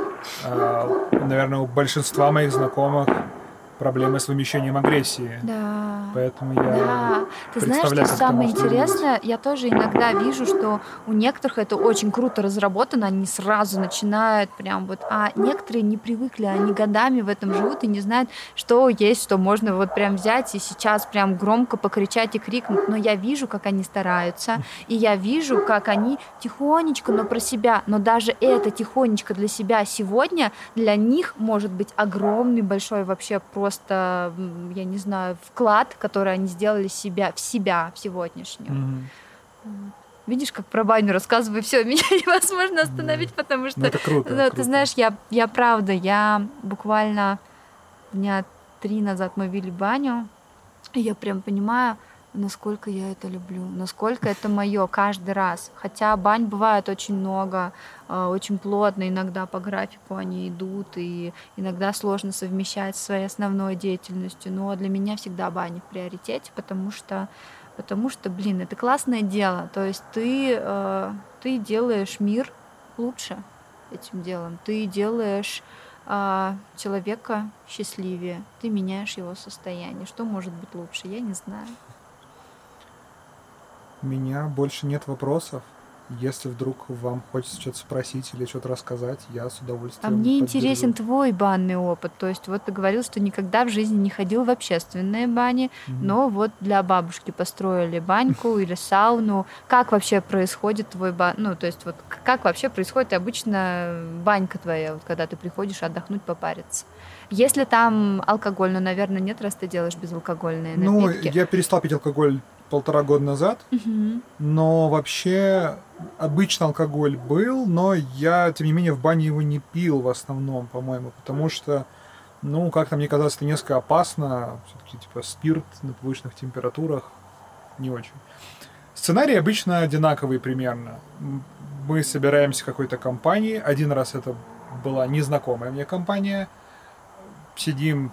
Наверное, у большинства моих знакомых проблемы с вымещением агрессии. Да. Поэтому я Ты знаешь, что самое интересное, я тоже иногда вижу, что у некоторых это очень круто разработано, они сразу начинают прям а некоторые не привыкли, они годами в этом живут и не знают, что есть, что можно вот прям взять и сейчас прям громко покричать и крикнуть. Но я вижу, как они стараются, и я вижу, как они тихонечко, но про себя, но даже это тихонечко для себя сегодня для них может быть огромный, большой вообще просто, я не знаю, вклад, который они сделали в себя в сегодняшнем. Видишь, как про баню рассказываю, все, меня невозможно остановить, потому что, это круто. Ты знаешь, я правда, я буквально дня 3 назад мы вели баню, и я прям понимаю, насколько я это люблю, насколько это мое каждый раз. Хотя бань бывает очень много, очень плотно, иногда по графику они идут, и иногда сложно совмещать со своей основной деятельностью. Но для меня всегда баня в приоритете, потому что, блин, это классное дело. То есть ты делаешь мир лучше этим делом, ты делаешь человека счастливее, ты меняешь его состояние. Что может быть лучше? Я не знаю. У меня больше нет вопросов. Если вдруг вам хочется что-то спросить или что-то рассказать, я с удовольствием мне поддержу. интересен твой банный опыт. То есть вот ты говорил, что никогда в жизни не ходил в общественные бани, но вот для бабушки построили баньку или сауну. Как вообще происходит твой то есть вот как вообще происходит обычно банька твоя, вот когда ты приходишь отдохнуть, попариться? Если там алкоголь, наверное, нет, раз ты делаешь безалкогольные напитки. Я перестал пить алкоголь 1,5 года назад, но вообще обычно алкоголь был, но я, тем не менее, в бане его не пил в основном, по-моему, потому что, как-то мне казалось, это несколько опасно, все-таки, спирт на повышенных температурах не очень. Сценарий обычно одинаковый примерно. Мы собираемся в какой-то компании, один раз это была незнакомая мне компания, сидим,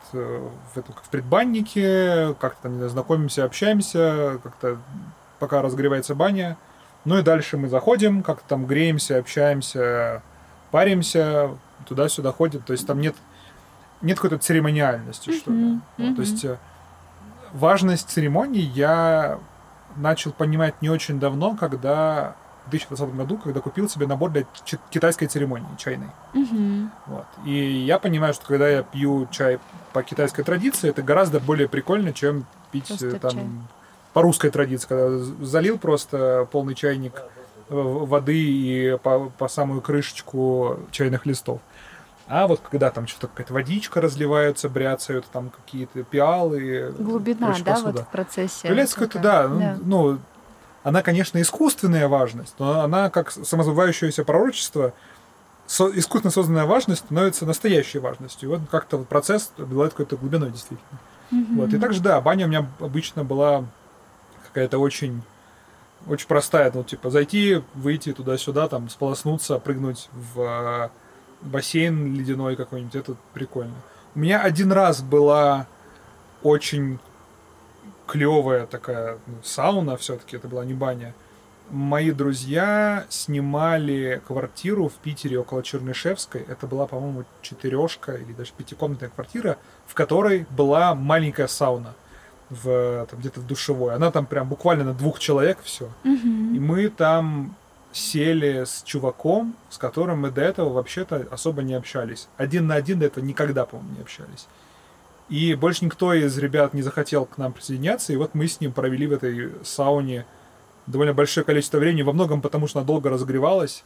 в предбаннике, как-то там знакомимся, общаемся, как-то пока разогревается баня. И дальше мы заходим, как-то там греемся, общаемся, паримся, туда-сюда ходим. То есть там нет какой-то церемониальности, что ли. То есть важность церемонии я начал понимать не очень давно, когда в 2020 году, когда купил себе набор для китайской церемонии чайной. Вот. И я понимаю, что когда я пью чай по китайской традиции, это гораздо более прикольно, чем пить чай по русской традиции, когда залил просто полный чайник воды и по самую крышечку чайных листов. А вот когда там что-то какая-то водичка разливается, бряцают, там какие-то пиалы. Глубина, да, вот в процессе. Появляется какой-то, она, конечно, искусственная важность, но она, как самозабывающееся пророчество, искусственно созданная важность становится настоящей важностью. И вот как-то процесс обладает какой-то глубиной, действительно. Вот. И также, баня у меня обычно была какая-то очень очень простая, ну, типа, зайти, выйти туда-сюда, там, сполоснуться, прыгнуть в бассейн ледяной какой-нибудь, это прикольно. У меня один раз была очень клевая такая сауна все-таки, это была не баня. Мои друзья снимали квартиру в Питере около Чернышевской. Это была, по-моему, 4-шка или даже 5-комнатная квартира, в которой была маленькая сауна там, где-то в душевой. Она там прям буквально на 2 человек все. И мы там сели с чуваком, с которым мы до этого вообще-то особо не общались. 1 на 1 до этого никогда, по-моему, не общались. И больше никто из ребят не захотел к нам присоединяться, и вот мы с ним провели в этой сауне довольно большое количество времени, во многом потому, что она долго разогревалась,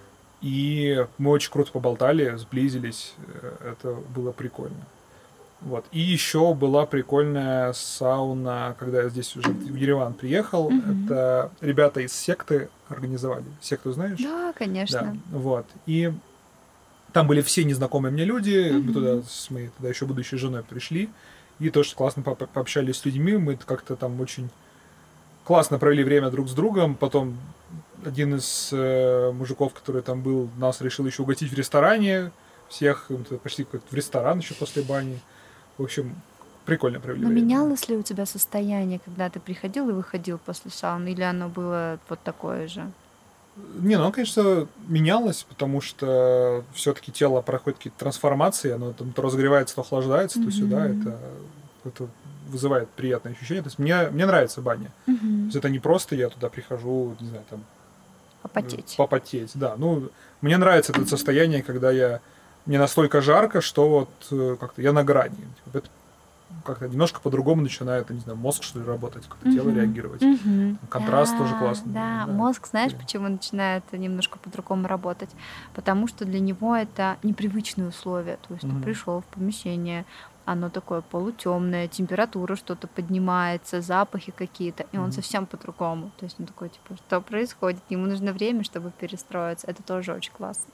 и мы очень круто поболтали, сблизились, это было прикольно. Вот. И еще была прикольная сауна, когда я здесь уже в Ереван приехал, это ребята из секты организовали. Секту знаешь? Да, конечно. Да, вот. И там были все незнакомые мне люди, мы туда с моей тогда еще будущей женой пришли, и тоже классно пообщались с людьми, мы как-то там очень классно провели время друг с другом, потом один из мужиков, который там был, нас решил еще угостить в ресторане, всех почти в ресторан еще после бани. В общем, прикольно провели время. Но менялось ли у тебя состояние, когда ты приходил и выходил после сауны, или оно было вот такое же? Не, ну, оно, конечно, менялось, потому что все-таки тело проходит какие-то трансформации, оно там то разогревается, то охлаждается, то сюда, это вызывает приятное ощущение. То есть мне нравится баня. То есть это не просто я туда прихожу, не знаю, там... Попотеть, да. Ну, мне нравится это состояние, когда мне настолько жарко, что вот как-то я на грани. Это как-то немножко по-другому начинает, не знаю, мозг, что ли, работать, как-то тело реагировать. Контраст тоже классный. Да, мозг, знаешь, почему начинает немножко по-другому работать? Потому что для него это непривычные условия. То есть ты пришел в помещение, оно такое полутемное, температура что-то поднимается, запахи какие-то, и он совсем по-другому. То есть он такой, типа, что происходит? Ему нужно время, чтобы перестроиться. Это тоже очень классно.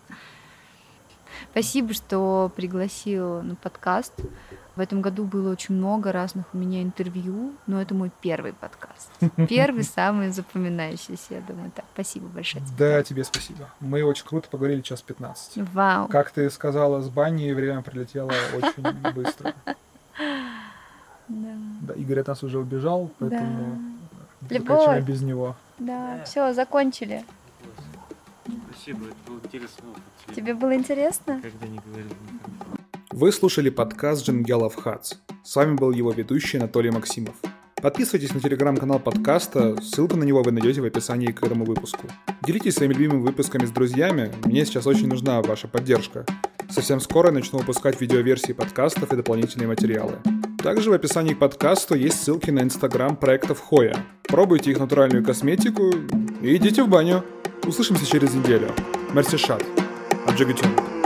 Спасибо, что пригласил на подкаст. В этом году было очень много разных у меня интервью, но это мой первый подкаст. Первый, самый запоминающийся, я думаю. Так, спасибо большое тебе. Да, тебе спасибо. Мы очень круто поговорили, 1:15. Вау. Как ты сказала, с бани время прилетело очень быстро. Да, Игорь от нас уже убежал, поэтому заканчиваем без него. Да, все, закончили. Спасибо, это был интересный опыт. Тебе было интересно? Когда не говорил. Вы слушали подкаст Джангелов Хац. С вами был его ведущий Анатолий Максимов. Подписывайтесь на телеграм-канал подкаста, ссылку на него вы найдете в описании к этому выпуску. Делитесь своими любимыми выпусками с друзьями, мне сейчас очень нужна ваша поддержка. Совсем скоро я начну выпускать видеоверсии подкастов и дополнительные материалы. Также в описании к подкасту есть ссылки на инстаграм проектов Хоя. Пробуйте их натуральную косметику и идите в баню. Услышимся через неделю. Мерси шат. Аджигатюн.